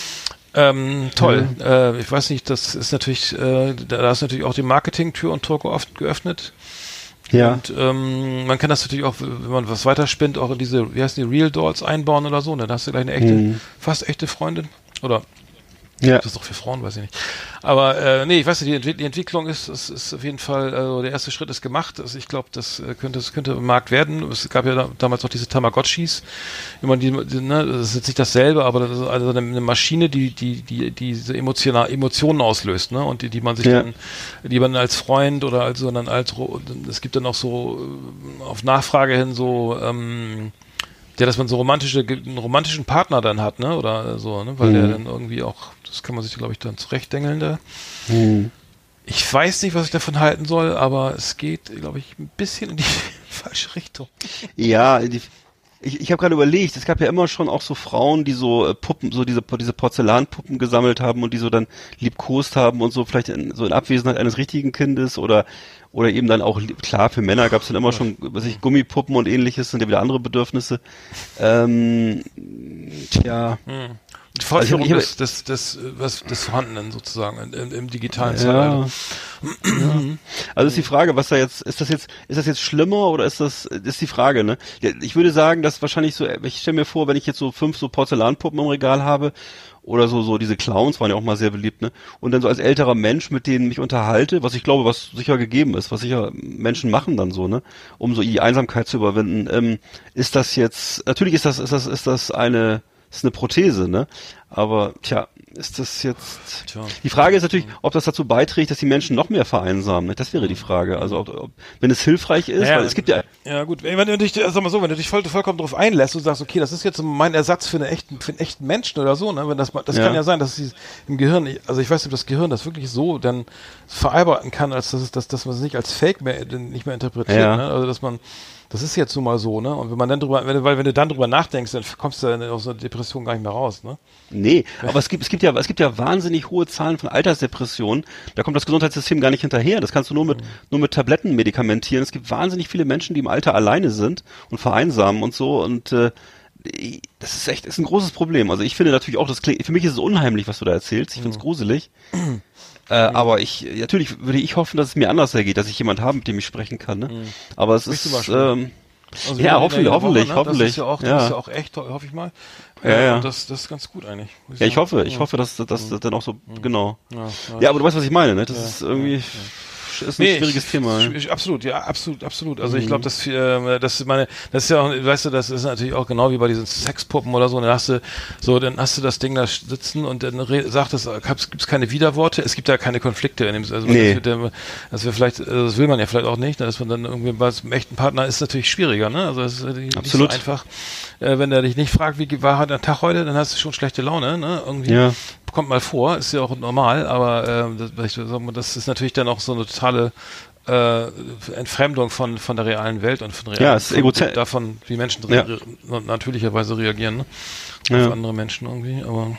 Ähm, toll. Mhm. Äh, ich weiß nicht, das ist natürlich, äh, da ist natürlich auch die Marketing-Tür und Tor oft geöffnet. Ja. Und ähm, man kann das natürlich auch, wenn man was weiterspinnt, auch in diese, wie heißt die, Real Dolls einbauen oder so, ne? Da hast du gleich eine echte, mhm. fast echte Freundin. Oder ja. Das ist doch für Frauen, weiß ich nicht. Aber äh, nee, ich weiß nicht, die, die Entwicklung ist, ist, ist auf jeden Fall, also der erste Schritt ist gemacht. Also ich glaube, das könnte, das könnte im Markt werden. Es gab ja da, damals auch diese Tamagotchis. Wenn man die, die, ne, das ist jetzt nicht dasselbe, aber das ist also eine, eine Maschine, die, die, die, die diese emotional, Emotionen auslöst, ne? Und die, die man sich ja. dann, die man als Freund oder als, sondern als, es gibt dann auch so auf Nachfrage hin so, ähm, ja, dass man so romantische, einen romantischen Partner dann hat, ne, oder so, ne, weil mhm. der dann irgendwie auch, das kann man sich, glaube ich, dann zurechtdengeln da. Mhm. Ich weiß nicht, was ich davon halten soll, aber es geht, glaube ich, ein bisschen in die falsche Richtung. Ja, die, ich, ich habe gerade überlegt, es gab ja immer schon auch so Frauen, die so äh, Puppen, so diese diese Porzellanpuppen gesammelt haben und die so dann liebkost haben und so, vielleicht in, so in Abwesenheit eines richtigen Kindes oder oder eben dann auch, klar, für Männer gab es dann immer schon, was ich, Gummipuppen und ähnliches, sind ja wieder andere Bedürfnisse. Ähm, tja. Hm. Die Fortführung also des, des, des, des, des Vorhandenen sozusagen im, im digitalen ja. Zeitalter. Also ist die Frage, was da jetzt, ist das jetzt, ist das jetzt schlimmer oder ist das, ist die Frage, ne? Ja, ich würde sagen, dass wahrscheinlich so, ich stelle mir vor, wenn ich jetzt so fünf so Porzellanpuppen im Regal habe oder so, so diese Clowns waren ja auch mal sehr beliebt, ne? Und dann so als älterer Mensch mit denen mich unterhalte, was ich glaube, was sicher gegeben ist, was sicher Menschen machen dann so, ne? Um so die Einsamkeit zu überwinden, ähm, ist das jetzt, natürlich ist das, ist das, ist das eine, ist eine Prothese, ne? Aber, tja, ist das jetzt... Tja. Die Frage ist natürlich, ob das dazu beiträgt, dass die Menschen noch mehr vereinsamen. Ne? Das wäre die Frage. Also, ob, ob, wenn es hilfreich ist, naja, weil es gibt ja... Ja, gut. Wenn du dich, sag mal so, wenn du dich voll, vollkommen drauf einlässt und sagst, okay, das ist jetzt mein Ersatz für, eine echten, für einen echten Menschen oder so, ne? Wenn das, das ja. kann ja sein, dass sie im Gehirn, also ich weiß nicht, ob das Gehirn das wirklich so dann verarbeiten kann, als dass, es, dass, dass man es nicht als Fake mehr, nicht mehr interpretiert, ja. ne? Also, dass man... Das ist jetzt so mal so, ne? Und wenn man dann drüber, wenn du, weil wenn du dann drüber nachdenkst, dann kommst du aus so einer Depression gar nicht mehr raus, ne? Nee, aber es gibt, es gibt ja, es gibt ja wahnsinnig hohe Zahlen von Altersdepressionen. Da kommt das Gesundheitssystem gar nicht hinterher. Das kannst du nur mit, nur mit Tabletten medikamentieren. Es gibt wahnsinnig viele Menschen, die im Alter alleine sind und vereinsamen und so und, äh, das ist echt, ist ein großes Problem. Also ich finde natürlich auch, das klingt, für mich ist es unheimlich, was du da erzählst. Ich finde es gruselig. Äh, aber ich, natürlich würde ich hoffen, dass es mir anders ergeht, dass ich jemand habe, mit dem ich sprechen kann. Ne? Mhm. Aber es ist, ähm, also ja, hoffentlich, hoffentlich, Woche, ne? hoffentlich. Das ist ja auch, das ja. ist ja auch echt, hoffe ich mal. Ja, ja. Und das, das ist ganz gut eigentlich. Ich ja, ich hoffe, ich ja. hoffe, dass das mhm. dann auch so, mhm. genau. Ja, ja. ja, aber du weißt, was ich meine, ne? Das ja, ist irgendwie... Ja, ja. Ist ein nee, schwieriges ich, Thema. Ich, absolut, ja, absolut, absolut. Also mhm. ich glaube, dass äh, das meine, das ist ja auch, weißt du, das ist natürlich auch genau wie bei diesen Sexpuppen oder so. Dann hast du so, dann hast du das Ding da sitzen und dann re- sagt es, gibt's keine Widerworte, es gibt da keine Konflikte in dem, also nee. das, der, das wir vielleicht, das will man ja vielleicht auch nicht, ne, dass man dann irgendwie bei einem echten Partner ist natürlich schwieriger, ne? Also es ist nicht absolut. so einfach, äh, wenn der dich nicht fragt, wie war der Tag heute, dann hast du schon schlechte Laune, ne? Irgendwie. Ja. Kommt mal vor, ist ja auch normal, aber äh, das, das ist natürlich dann auch so eine totale äh, Entfremdung von von der realen Welt und von, realen, ja, es ist von davon, wie Menschen ja. re- natürlicherweise reagieren, ne? Ja. Auf andere Menschen irgendwie, aber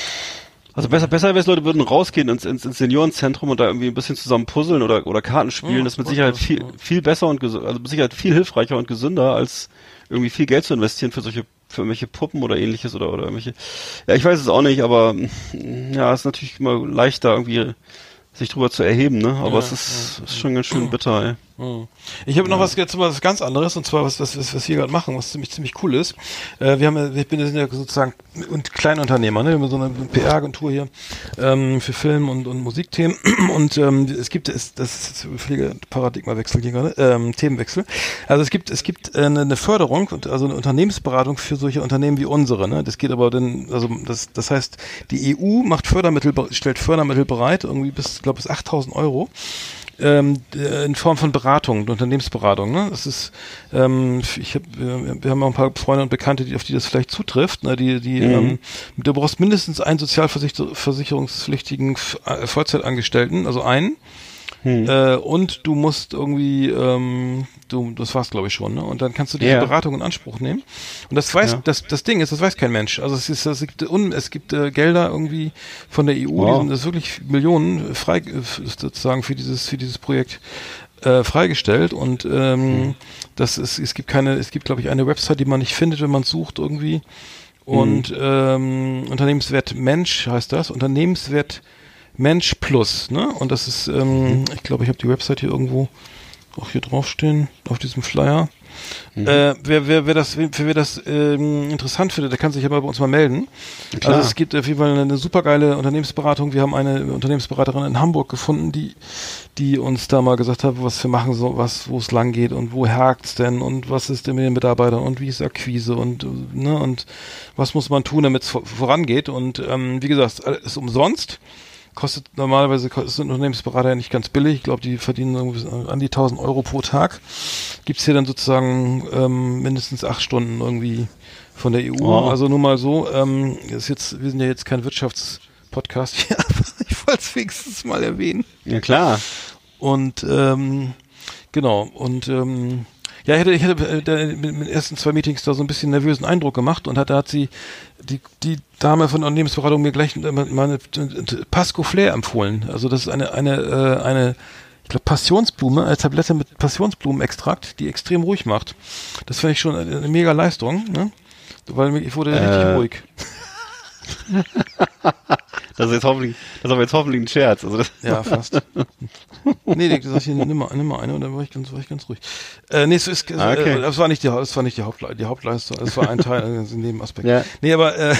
also besser, besser wäre es, Leute würden rausgehen ins, ins, ins Seniorenzentrum und da irgendwie ein bisschen zusammen puzzeln oder, oder Karten spielen. Ja, das ist mit Sicherheit viel, viel besser und ges- also mit Sicherheit viel hilfreicher und gesünder, als irgendwie viel Geld zu investieren für solche, für irgendwelche Puppen oder ähnliches oder, oder irgendwelche. Ja, ich weiß es auch nicht, aber ja, es ist natürlich immer leichter irgendwie sich drüber zu erheben, ne? Aber ja, es ist, ja, ist schon ganz schön bitter, ey. Ich habe noch was jetzt was ganz anderes, und zwar was was was, was wir gerade machen, was ziemlich ziemlich cool ist. Äh, wir haben ja, ich bin ja sozusagen und Kleinunternehmer, ne? Wir haben so eine P R-Agentur hier ähm, für Film und und Musikthemen und ähm, es gibt es das ist jetzt völliger Paradigmawechsel hier gerade, ähm, Themenwechsel. Also es gibt es gibt äh, eine, eine Förderung und also eine Unternehmensberatung für solche Unternehmen wie unsere, ne? Das geht aber dann, also das das heißt, die E U macht Fördermittel, stellt Fördermittel bereit, irgendwie bis, ich glaube, bis achttausend Euro. Ähm, in Form von Beratung, Unternehmensberatung, ne? Das ist, ähm, ich hab, wir, wir haben auch ein paar Freunde und Bekannte, die auf die das vielleicht zutrifft, ne? Die, die, mhm. ähm, du brauchst mindestens einen sozialversicherungspflichtigen Vollzeitangestellten, also einen. Hm. Äh, und du musst irgendwie, ähm, du, das war's glaube ich schon, ne? Und dann kannst du diese yeah. Beratung in Anspruch nehmen. Und das weiß, ja. das, das Ding ist, das weiß kein Mensch. Also es ist, es gibt, un, es gibt äh, Gelder irgendwie von der E U, wow. die sind das wirklich Millionen frei, äh, sozusagen für dieses, für dieses Projekt äh, freigestellt. Und ähm, hm. das ist, es gibt keine, es gibt glaube ich eine Website, die man nicht findet, wenn man sucht irgendwie. Und hm. ähm, Unternehmenswert Mensch heißt das. Unternehmenswert Mensch Plus, ne? Und das ist, ähm, ich glaube, ich habe die Website hier irgendwo auch hier draufstehen, auf diesem Flyer. Mhm. Äh, wer, wer, wer das, wer, wer das ähm, interessant findet, der kann sich aber bei uns mal melden. Klar. Also es gibt auf jeden Fall eine, eine supergeile Unternehmensberatung. Wir haben eine Unternehmensberaterin in Hamburg gefunden, die, die uns da mal gesagt hat, was wir machen, so was, wo es lang geht und wo hakt's denn und was ist denn mit den Mitarbeitern und wie ist Akquise und ne und was muss man tun, damit es vorangeht. Und ähm, wie gesagt, es ist umsonst. Kostet normalerweise, sind Unternehmensberater ja nicht ganz billig. Ich glaube, die verdienen irgendwie an die tausend Euro pro Tag. Gibt's hier dann sozusagen ähm, mindestens acht Stunden irgendwie von der E U. Oh. Also nur mal so. Ähm, ist jetzt, wir sind ja jetzt kein Wirtschaftspodcast hier, aber ich wollte es wenigstens mal erwähnen. Ja, klar. Und ähm, genau. Und ähm, ja, ich hätte, ich hätte äh, mit, mit den ersten zwei Meetings da so ein bisschen nervösen Eindruck gemacht und hat, da hat sie die, die Dame von der Unternehmensberatung mir gleich meine, meine Pasco Flair empfohlen. Also das ist eine, eine, äh, eine, ich glaube, Passionsblume, eine Tablette mit Passionsblumenextrakt, die extrem ruhig macht. Das finde ich schon eine, eine mega Leistung, ne? Weil ich wurde äh. richtig ruhig. Das ist jetzt hoffentlich, das ist aber jetzt hoffentlich ein Scherz. Also das Ja, fast. nee, nee, sag ich, nimm mal, nimm mal eine und dann war ich ganz, war ich ganz ruhig. Äh, nee, es ist, Ah, okay. äh, das war nicht die, das war nicht die, Hauptle die Hauptleistung, das war ein Teil, ein Nebenaspekt. Ja. Nee, aber, äh,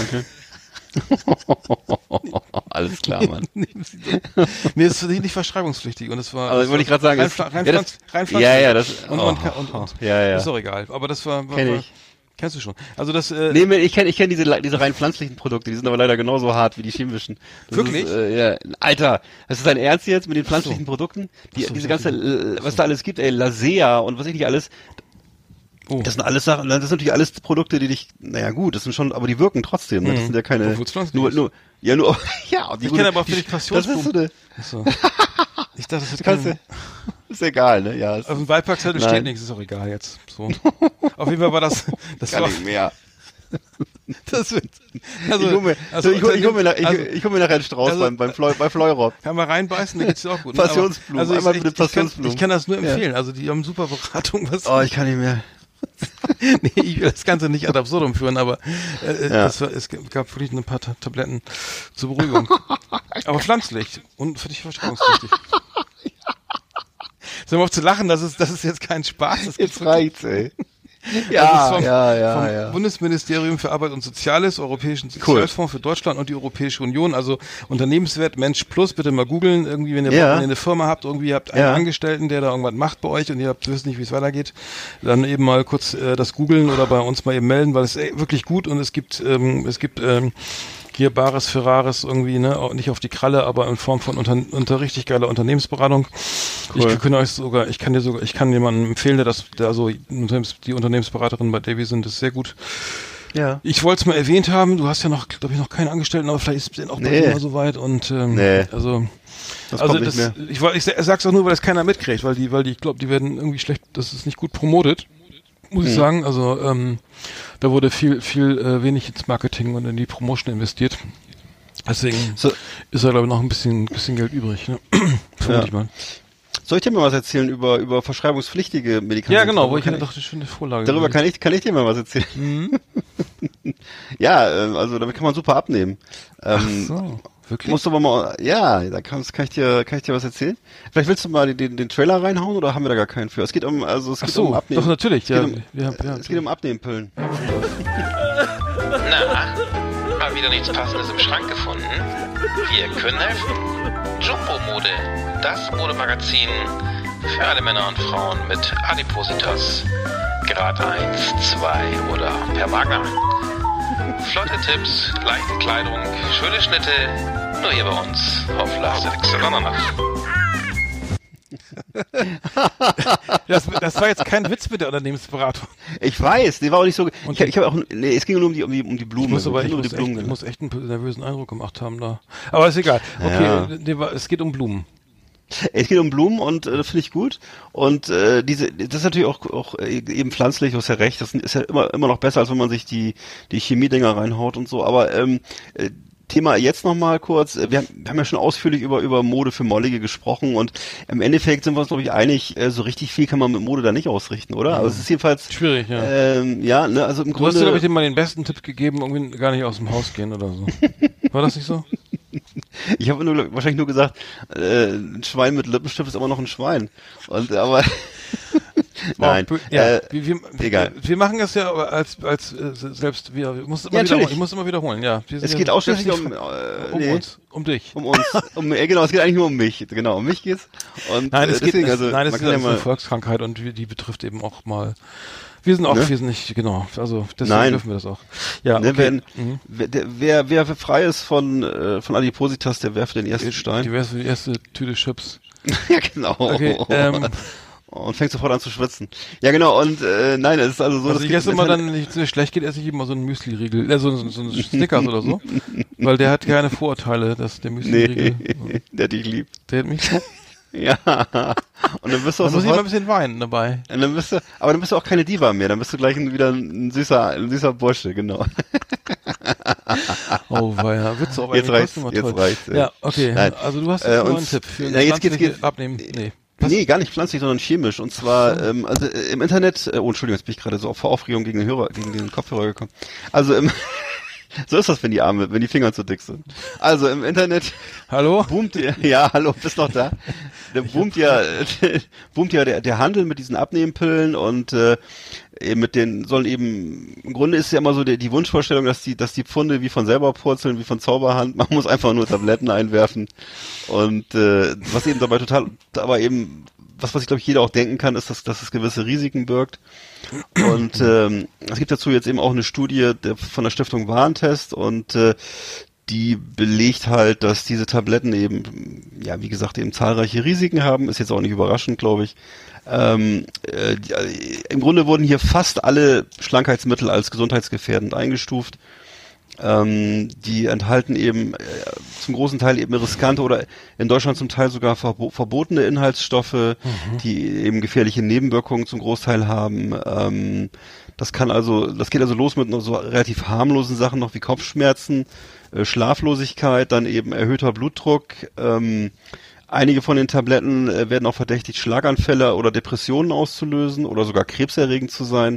Alles klar, Mann. nee, es ist nicht verschreibungspflichtig und es war. Aber es wollte ich war gerade sagen, rein, es- rein, rein, ja, pflanz, das- rein ja, ja, das- und, oh, und, und, und, ja, ja. Ist doch egal. Aber das war, war, Kenn war ich. Kennst du schon. Also das, äh, Nee, ich kenne ich kenn diese, diese rein pflanzlichen Produkte, die sind aber leider genauso hart wie die chemischen. Das Wirklich? Ist, äh, ja. Alter, das ist dein Ernst jetzt mit den pflanzlichen Produkten? Die, so, diese ich ganze, dachte- äh, was da alles gibt, ey, Lasea und was ich nicht alles, oh. das sind alles Sachen, das sind natürlich alles Produkte, die dich, naja gut, das sind schon, aber die wirken trotzdem, ne? Das Mhm. sind ja keine, Obwohl es pflanzlich nur, ist. nur, ja, nur, ja, und die Ich kenne gute- aber auch die- wirklich Das ist so Passionsblumen. eine, Achso. Ich dachte, das ist kannst kein, du, ist egal, ne? Ja, es auf dem Wahlpackzettel Nein. steht nichts, ist auch egal jetzt. So. Auf jeden Fall war das, das kann war, nicht mehr. das wird, also, ich hole mir, also, ich hol, ich hol mir, nach- ich, also, ich hol mir nachher einen Strauß also- beim, beim Fleu, bei Fleurop. kann man reinbeißen, dann geht's dir auch gut. ne? Passionsblumen, Aber, also einmal ich, bitte ich, ich, kann, Passionsblumen. ich kann das nur Ja. empfehlen. Also die haben super Beratung. Was Oh, ich kann nicht mehr. nee, ich will das Ganze nicht ad absurdum führen, aber äh, Ja. das war, es gab wirklich ein paar Ta Tabletten zur Beruhigung. Aber pflanzlich und für dich verschreibungspflichtig. Sag mal auf zu lachen, das ist, das ist jetzt kein Spaß. Das Jetzt reicht's, ey. Das Ja, ist vom, ja, ja, vom ja. Bundesministerium für Arbeit und Soziales, Europäischen Sozialfonds für Deutschland und die Europäische Union, also Unternehmenswert Mensch Plus, bitte mal googeln, irgendwie, wenn ihr, Ja. wenn ihr eine Firma habt, irgendwie habt einen Ja. Angestellten, der da irgendwas macht bei euch und ihr habt, wisst nicht, wie es weitergeht, dann eben mal kurz äh, das googeln oder bei uns mal eben melden, weil es ist wirklich gut und es gibt, ähm, es gibt, ähm, hier Bares für Rares irgendwie, ne, auch nicht auf die Kralle, aber in Form von unter, unter richtig geiler Unternehmensberatung. Cool. Ich kann euch sogar, ich kann dir sogar, ich kann jemandem empfehlen, der das, der so Unternehmens, die Unternehmensberaterin bei Davy sind, ist sehr gut. Ja. Ich wollte es mal erwähnt haben, du hast ja noch, glaube ich, noch keinen Angestellten, aber vielleicht ist es auch bei Nee. dir mal so weit und ähm, Nee. also Das also kommt das, nicht mehr. ich, woll- ich sag's auch nur, weil das keiner mitkriegt, weil die, weil die, ich glaube, die werden irgendwie schlecht, das ist nicht gut promotet, muss ich Hm. sagen. Also ähm, da wurde viel, viel äh, wenig ins Marketing und in die Promotion investiert. Deswegen So, ist da, glaube ich, noch ein bisschen, bisschen Geld übrig, ne? Vermute Ja. ich mal. soll ich dir mal was erzählen über, über verschreibungspflichtige Medikamente? Ja, genau, wo ich Kann hatte doch eine schöne Vorlage. Darüber kann ich, kann ich dir mal was erzählen. Mhm. Ja, ähm, also damit kann man super abnehmen. Ähm, So, wirklich? Musst du aber mal, ja, da kann, kann ich dir, kann ich dir was erzählen? Vielleicht willst du mal den, den, den Trailer reinhauen oder haben wir da gar keinen für? Es geht um, also es Ach geht so, um Abnehmen. doch natürlich, es ja. Geht um, wir haben, ja es geht um Abnehmpillen. Na, mal wieder nichts Passendes im Schrank gefunden? Wir können helfen. Jumbo Mode, das Modemagazin für alle Männer und Frauen mit Adipositas. Grad eins, zwei oder per Magna. Flotte Tipps, leichte Kleidung, schöne Schnitte, nur hier bei uns auf Last Exit Andernach. das, das war jetzt kein Witz mit der Unternehmensberatung. Ich weiß, die war auch nicht so, Und ich, ich habe auch, nee, es ging nur um die, um die, um die Blumen. Ich muss aber Es ich ging nur um muss, die echt, Blumen. ich muss echt einen nervösen Eindruck gemacht haben da. Aber ist egal. Okay, Ja. äh, nee, wa- es geht um Blumen. Es geht um Blumen und äh, finde ich gut. Und äh, diese, das ist natürlich auch, auch äh, eben pflanzlich, du hast ja recht. Das ist ja immer immer noch besser, als wenn man sich die die Chemiedinger reinhaut und so. Aber ähm, äh, Thema jetzt nochmal kurz. Wir haben, wir haben ja schon ausführlich über über Mode für Mollige gesprochen und im Endeffekt sind wir uns glaube ich einig. Äh, so richtig viel kann man mit Mode da nicht ausrichten, oder? Also es ist jedenfalls Schwierig, ja. ähm, ja, ne, also im Du hast dir, Grunde. glaube ich, dem mal den besten Tipp gegeben, irgendwie gar nicht aus dem Haus gehen oder so. War das nicht so? Ich habe nur wahrscheinlich nur gesagt, äh, ein Schwein mit Lippenstift ist immer noch ein Schwein. Und aber nein, Wow, ja, äh, wir, wir, egal. wir machen das ja aber als als äh, selbst wir ich muss immer Ja, wieder, natürlich. ich muss immer wiederholen, ja. Wir sind es ja geht ausschließlich selbst um, nicht- äh, um nee, uns, um dich. um uns, um ja, genau, es geht eigentlich nur um mich, genau, um mich geht's. Und Nein, äh, es geht deswegen, nicht, also nein, es man ist, kann ja das ist eine mal, Volkskrankheit und die, die betrifft eben auch mal. Wir sind auch, Ne? wir sind nicht, genau, also deswegen Nein. dürfen wir das auch. Ja, ne, okay. wenn, Mhm. wer, der- wer, wer frei ist von äh, von Adipositas, der werfe den ersten Die Stein. erste, die erste Tüte Chips. Ja, genau. Okay, ähm, Und fängt sofort an zu schwitzen. Ja, genau. Und äh, nein, es ist also so, also das ich geht esse im immer Internet- dann, wenn es mir schlecht geht, esse ich immer so einen Müsli-Riegel, äh, so, so, so einen Snickers oder so, weil der hat keine Vorurteile, dass der Müsli-Riegel, Nee, der dich liebt. der hat mich, Ja. Und dann bist du da auch muss ich mal ein sofort, bisschen weinen dabei. und dann bist du, aber dann bist du auch keine Diva mehr, dann bist du gleich ein, wieder ein süßer, ein süßer Bursche, genau. Oh, weia, Witze auch Jetzt eigentlich reicht's, trotzdem mal jetzt toll. reicht's, ja. Ja, okay, Nein. also du hast Äh, jetzt nur und- einen Tipp für na, jetzt geht's- pflanzliche geht's- Abnehmen, nee. Nee, gar nicht pflanzlich, sondern chemisch. Und zwar, ähm, also äh, im Internet, äh, oh, Entschuldigung, jetzt bin ich gerade so vor Aufregung gegen den Hörer, gegen den Kopfhörer gekommen. Also im, So ist das, wenn die Arme, wenn die Finger zu dick sind. Also im Internet Hallo? boomt ja, ja, hallo, bist noch da? Der boomt ja, boomt ja der, der Handel mit diesen Abnehmpillen und äh, eben mit den sollen eben, im Grunde ist ja immer so die, die Wunschvorstellung, dass die, dass die Pfunde wie von selber purzeln, wie von Zauberhand. Man muss einfach nur Tabletten einwerfen und äh, was eben dabei total, aber eben was, was ich glaube ich jeder auch denken kann, ist, dass, dass es gewisse Risiken birgt. Und ähm, es gibt dazu jetzt eben auch eine Studie der, von der Stiftung Warentest und äh, die belegt halt, dass diese Tabletten eben, ja wie gesagt, eben zahlreiche Risiken haben. Ist jetzt auch nicht überraschend, glaube ich. Ähm, äh, die, äh, im Grunde wurden hier fast alle Schlankheitsmittel als gesundheitsgefährdend eingestuft. Ähm, die enthalten eben äh, zum großen Teil eben riskante oder in Deutschland zum Teil sogar verbo- verbotene Inhaltsstoffe, mhm. die eben gefährliche Nebenwirkungen zum Großteil haben. Ähm, das kann also, das geht also los mit so relativ harmlosen Sachen noch wie Kopfschmerzen, äh, Schlaflosigkeit, dann eben erhöhter Blutdruck. Ähm, einige von den Tabletten äh, werden auch verdächtigt, Schlaganfälle oder Depressionen auszulösen oder sogar krebserregend zu sein.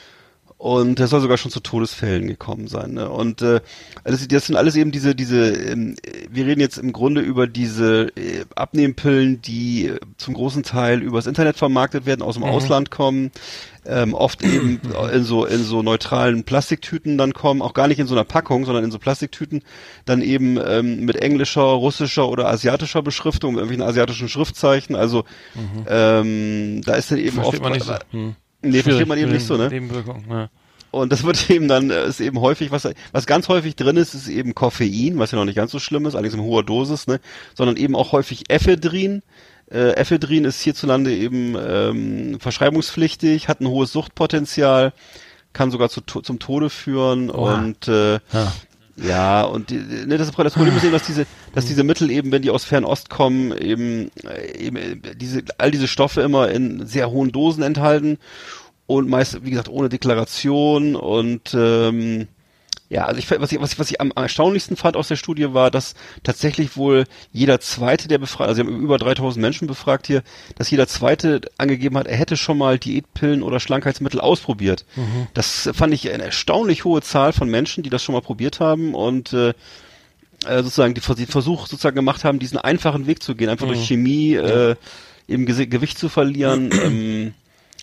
Und es soll sogar schon zu Todesfällen gekommen sein. Ne? Und äh, das, das sind alles eben diese, diese. Ähm, wir reden jetzt im Grunde über diese äh, Abnehmpillen, die äh, zum großen Teil übers Internet vermarktet werden, aus dem mhm. Ausland kommen, ähm, oft eben in so in so neutralen Plastiktüten dann kommen, auch gar nicht in so einer Packung, sondern in so Plastiktüten, dann eben ähm, mit englischer, russischer oder asiatischer Beschriftung, mit irgendwelchen asiatischen Schriftzeichen. Also mhm. ähm, da ist dann eben Versteht oft. Man nicht so. Hm. Nee, versteht man eben nicht so, ne? Nebenwirkung, ja. Und das wird eben dann, ist eben häufig, was, was ganz häufig drin ist, ist eben Koffein, was ja noch nicht ganz so schlimm ist, allerdings in hoher Dosis, ne? Sondern eben auch häufig Ephedrin. Äh, Ephedrin ist hierzulande eben ähm, verschreibungspflichtig, hat ein hohes Suchtpotenzial, kann sogar zu, zum Tode führen oh. und äh, ja. Ja, und die, ne, das, das Problem ist eben, dass diese, dass diese Mittel eben, wenn die aus Fernost kommen, eben, eben diese, all diese Stoffe immer in sehr hohen Dosen enthalten und meist, wie gesagt, ohne Deklaration und ähm, ja, also ich, was ich, was ich, was ich am erstaunlichsten fand aus der Studie war, dass tatsächlich wohl jeder Zweite, der befragt, also sie haben über dreitausend Menschen befragt hier, dass jeder Zweite angegeben hat, er hätte schon mal Diätpillen oder Schlankheitsmittel ausprobiert. Mhm. Das fand ich eine erstaunlich hohe Zahl von Menschen, die das schon mal probiert haben und äh, sozusagen die, die Versuch sozusagen gemacht haben, diesen einfachen Weg zu gehen, einfach mhm. durch Chemie äh, eben Ge- Gewicht zu verlieren. ähm,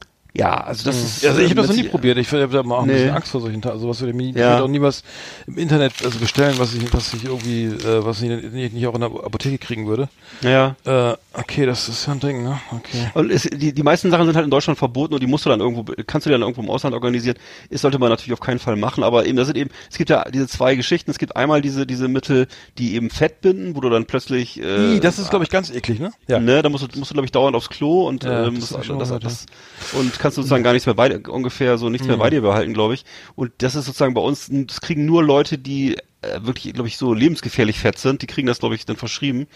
Ja, also das ist. Also ich habe das noch nie probiert. Ich habe da mal auch ein nee. bisschen Angst vor solchen Tagen. Also was würde ich, ja. ich auch nie was im Internet also bestellen, was ich, was ich irgendwie, äh, was ich nicht, nicht auch in der Apotheke kriegen würde. Ja. Äh, okay, das ist ja ein Ding, ne? Okay. Und es, die, die meisten Sachen sind halt in Deutschland verboten und die musst du dann irgendwo, kannst du dir dann irgendwo im Ausland organisieren. Das sollte man natürlich auf keinen Fall machen, aber eben, das sind eben, es gibt ja diese zwei Geschichten. Es gibt einmal diese, diese Mittel, die eben Fett binden, wo du dann plötzlich, äh, I, das ist, glaube ich, ganz eklig, ne? Ja. Ne, da musst du, musst du, glaube ich, dauernd aufs Klo und, ja, ähm, das, das, das, das, das, und kannst du sozusagen gar nichts mehr bei, ungefähr so nichts mhm. mehr bei dir behalten, glaube ich. Und das ist sozusagen bei uns, das kriegen nur Leute, die äh, wirklich, glaube ich, so lebensgefährlich fett sind, die kriegen das, glaube ich, dann verschrieben.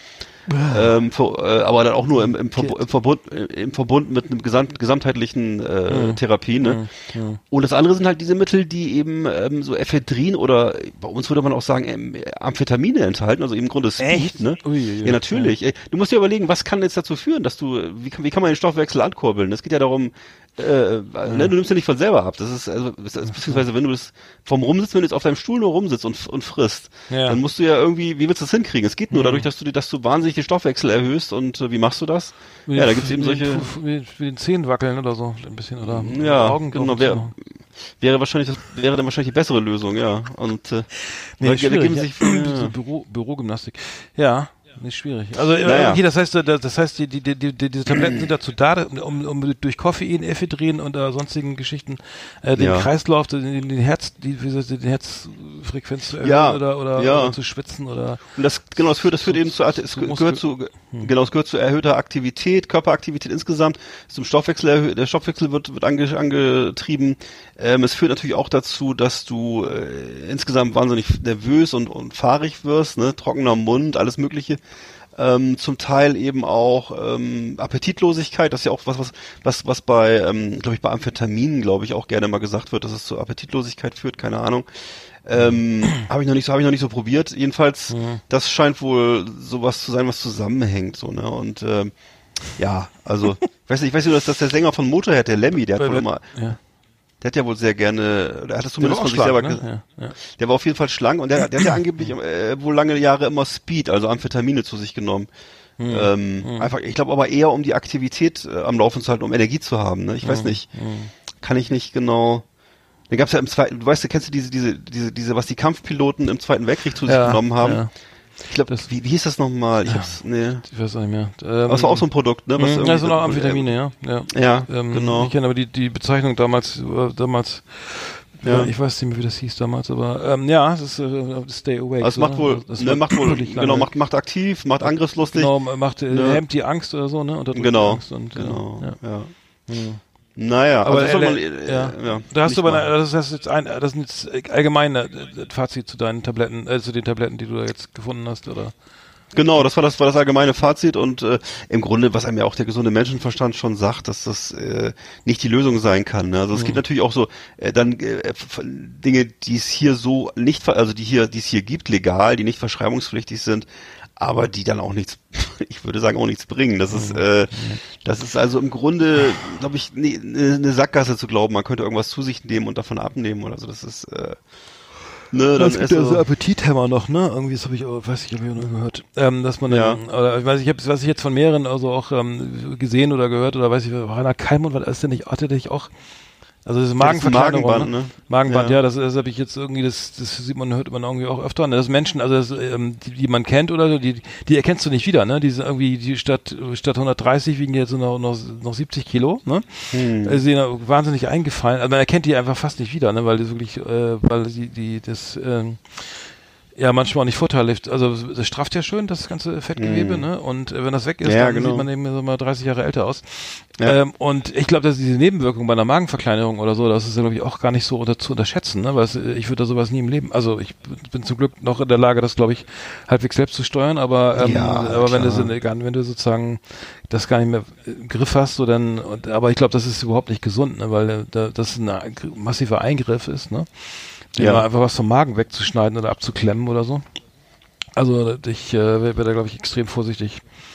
ähm, für, äh, aber dann auch nur im, im, Verbu- im, Verbund, im Verbund mit einem gesamt, gesamtheitlichen äh, mhm. Therapie. Ne? Mhm. Und das andere sind halt diese Mittel, die eben ähm, so Ephedrin oder bei uns würde man auch sagen ähm, Amphetamine enthalten, also eben im Grunde Speed. Echt? Ne? Ui, ui, ja, natürlich. Ja. Du musst dir überlegen, was kann jetzt dazu führen, dass du, wie kann, wie kann man den Stoffwechsel ankurbeln? Es geht ja darum, Äh, ja. ne, du nimmst ja nicht von selber ab. Das ist also das ist, beziehungsweise wenn du das vom Rumsitzen, wenn du jetzt auf deinem Stuhl nur rumsitzt und und frisst, ja. dann musst du ja irgendwie, wie willst du das hinkriegen? Es geht nur mhm. dadurch, dass du dass du wahnsinnig den Stoffwechsel erhöhst und äh, wie machst du das? Wie ja, da gibt's eben solche wie, wie den Zähnen wackeln oder so ein bisschen oder ja, Augen genau, wäre wäre wahrscheinlich das wäre dann wahrscheinlich die bessere Lösung, ja. Und äh, nee, weil, schwierig, geben sich ja. ja. Büro Bürogymnastik. Ja. Nicht schwierig. Also naja. okay, das heißt, das heißt, die, die, die, die, diese Tabletten sind dazu da, um, um durch Koffein, Ephedrin und äh, sonstigen Geschichten äh, den ja. Kreislauf, den, den Herz, die, die Herzfrequenz zu erhöhen ja. oder, oder, ja. oder zu schwitzen oder. Und das genau, das führt, das führt zu, eben zu, es zu gehört zu, hm. genau, es gehört zu erhöhter Aktivität, Körperaktivität insgesamt. Zum Stoffwechsel erhöht, der Stoffwechsel wird wird ange, angetrieben. Ähm, es führt natürlich auch dazu, dass du äh, insgesamt wahnsinnig nervös und und fahrig wirst, ne, trockener Mund, alles Mögliche. Ähm, zum Teil eben auch ähm, Appetitlosigkeit, das ist ja auch was, was, was, was bei, ähm, glaube ich, bei Amphetaminen, glaube ich, auch gerne mal gesagt wird, dass es zu Appetitlosigkeit führt, keine Ahnung. Ähm, habe ich noch nicht so, habe ich noch nicht so probiert. Jedenfalls, ja. das scheint wohl sowas zu sein, was zusammenhängt, so, ne? Und ähm, ja, also, ich weiß nicht, ich weiß nicht, dass das der Sänger von Motorhead, der Lemmy, der hat wohl immer. Ja. Der hat ja wohl sehr gerne, der hat es zumindest war von auch sich selber schlank, gesagt. ne? Ja, ja. Der war auf jeden Fall schlank und der, der hat ja angeblich äh, wohl lange Jahre immer Speed, also Amphetamine zu sich genommen. Hm. Ähm, hm. Einfach, ich glaube aber eher, um die Aktivität äh, am Laufen zu halten, um Energie zu haben. Ne? Ich hm. weiß nicht, hm. kann ich nicht genau. Da gab's ja im Zweiten, du weißt, du kennst du diese, diese, diese, diese, was die Kampfpiloten im Zweiten Weltkrieg zu sich ja, genommen haben? Ja. Ich glaube, wie, wie hieß das nochmal? Ich ja, hab's, nee. Ich weiß auch nicht mehr. Ähm, aber es war auch so ein Produkt, ne? Was mh, das sind auch Amphetamine, ja. Ja, ja ähm, genau. Ich kenne aber die, die Bezeichnung damals, äh, damals, ja. äh, ich weiß nicht mehr, wie das hieß damals, aber ähm, ja, es ist äh, Stay Awake. Also es macht wohl, das ne, macht wohl, genau, macht, macht aktiv, macht angriffslustig. Genau, macht, äh, ne? hemmt die Angst oder so, ne? Unterdrückt genau, die Angst und, genau, ja. ja. ja. Naja, aber also äh, man, äh, ja. ja, da hast du aber, eine, das ist jetzt ein, das sind jetzt allgemeine Fazit zu deinen Tabletten, äh, zu den Tabletten, die du da jetzt gefunden hast, oder? Genau, das war das war das allgemeine Fazit und äh, im Grunde, was einem ja auch der gesunde Menschenverstand schon sagt, dass das äh, nicht die Lösung sein kann. Ne? Also es mhm. gibt natürlich auch so äh, dann äh, Dinge, die es hier so nicht, also die hier, die es hier gibt, legal, die nicht verschreibungspflichtig sind, aber die dann auch nichts, ich würde sagen auch nichts bringen. Das ist, äh, das ist also im Grunde, glaube ich, ne, ne, eine Sackgasse zu glauben, man könnte irgendwas zu sich nehmen und davon abnehmen oder so. Das ist äh, Ne, dann es gibt ja so Appetithämmer noch, ne? Irgendwie, das habe ich auch, weiß ich, habe ich auch noch gehört. Ähm, dass man ja. dann, oder ich weiß, ich habe, was ich jetzt von mehreren also auch ähm, gesehen oder gehört oder weiß ich, Rainer Kallmund, was ist denn nicht, hatte ich auch, also das Magenverkleinerung, Magenband, ne? ne? Magenband, ja, ja, das, das habe ich jetzt irgendwie, das, das sieht man, hört man irgendwie auch öfter, ne? Das Menschen, also das, ähm, die, die man kennt oder so, die, die erkennst du nicht wieder, ne? Die sind irgendwie, die statt statt hundertdreißig wiegen jetzt noch noch, noch siebzig Kilo, ne? Hm. Also die sind wahnsinnig eingefallen, also man erkennt die einfach fast nicht wieder, ne? Weil die wirklich, äh, weil die, die das ähm, ja manchmal auch nicht vorteilhaft, also das strafft ja schön das ganze Fettgewebe, mm. ne? Und äh, wenn das weg ist, ja, dann genau. sieht man eben so mal dreißig Jahre älter aus. Ja. Ähm, und ich glaube, dass diese Nebenwirkung bei einer Magenverkleinerung oder so, das ist ja glaube ich auch gar nicht so unter, zu unterschätzen, ne? Weil es, ich würde da sowas nie im Leben, also ich bin zum Glück noch in der Lage, das glaube ich halbwegs selbst zu steuern, aber ähm, ja, aber wenn du so, wenn du sozusagen das gar nicht mehr im Griff hast, so dann, und, aber ich glaube, das ist überhaupt nicht gesund, ne? Weil da, das ein massiver Eingriff ist, ne? Ja. Mal einfach was vom Magen wegzuschneiden oder abzuklemmen oder so. Also ich äh, wäre da, glaube ich, extrem vorsichtig.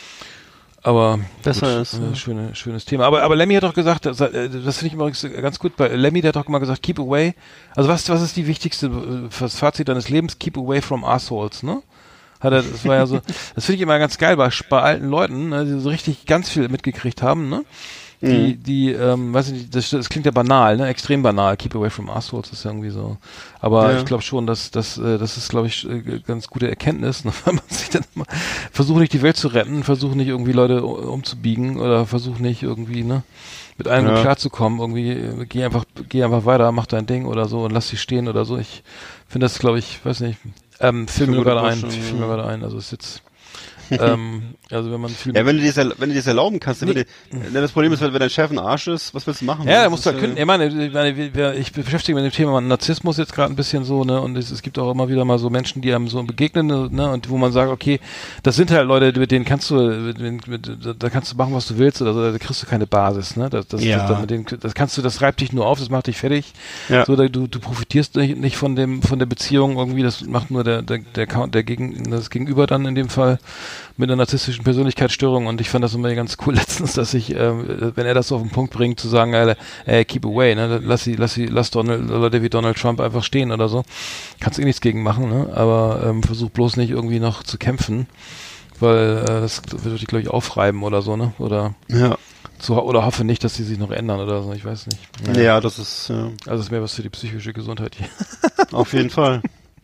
Aber besser gut, ist. Äh, Ja. schöne, schönes Thema. Aber, aber Lemmy hat doch gesagt, das, das finde ich übrigens ganz gut, bei Lemmy, der hat doch mal gesagt, keep away. Also was, was ist die wichtigste, das Fazit deines Lebens? Keep away from assholes, ne? Hat er, das war ja so, das finde ich immer ganz geil bei, bei alten Leuten, ne, die so richtig ganz viel mitgekriegt haben, ne? Die, mhm. die, ähm, weiß ich nicht, das, das klingt ja banal, ne? Extrem banal. Keep away from assholes ist ja irgendwie so. Aber ja. ich glaube schon, dass, dass, äh, das ist, glaube ich, äh, ganz gute Erkenntnis, ne? Wenn man sich dann immer, versuch nicht die Welt zu retten, versuch nicht irgendwie Leute umzubiegen oder versuch nicht irgendwie, ne? Mit einem ja. klarzukommen, irgendwie, äh, geh einfach, geh einfach weiter, mach dein Ding oder so und lass sie stehen oder so. Ich finde das, glaube ich, weiß nicht, ähm, fiel mir gerade ein, fiel mir gerade ein, also ist jetzt, ähm, also wenn man viel ja, wenn du dir wenn du dir das erlauben kannst, nee. wenn du, das Problem ist, wenn dein Chef ein Arsch ist, was willst du machen? Ja, da musst du halt können. Ich meine, ich, meine, ich beschäftige mich mit dem Thema Narzissmus jetzt gerade ein bisschen so, ne, und es, es gibt auch immer wieder mal so Menschen, die einem so begegnen, ne, und wo man sagt, okay, das sind halt Leute, mit denen kannst du, mit, mit, mit, da kannst du machen, was du willst, oder so, da kriegst du keine Basis, ne, das, das, ja. das, mit denen, das kannst du, das reibt dich nur auf, das macht dich fertig, ja. so, da, du, du profitierst nicht, nicht von dem, von der Beziehung irgendwie, das macht nur der, der, der, der, der Gegen, das Gegenüber dann in dem Fall mit einer narzisstischen Persönlichkeitsstörung, und ich fand das immer ganz cool letztens, dass ich, äh, wenn er das so auf den Punkt bringt, zu sagen, äh, äh, keep away, ne, lass sie, lass sie, lass Donald, Leute wie Donald Trump einfach stehen oder so, kannst eh nichts gegen machen, ne, aber ähm, versuch bloß nicht irgendwie noch zu kämpfen, weil äh, das wird dich, glaube ich, aufreiben oder so, ne, oder ja. zu, oder hoffe nicht, dass sie sich noch ändern oder so, ich weiß nicht. Naja. Ja, das ist, ja. Also das ist mehr was für die psychische Gesundheit hier. Auf jeden Fall.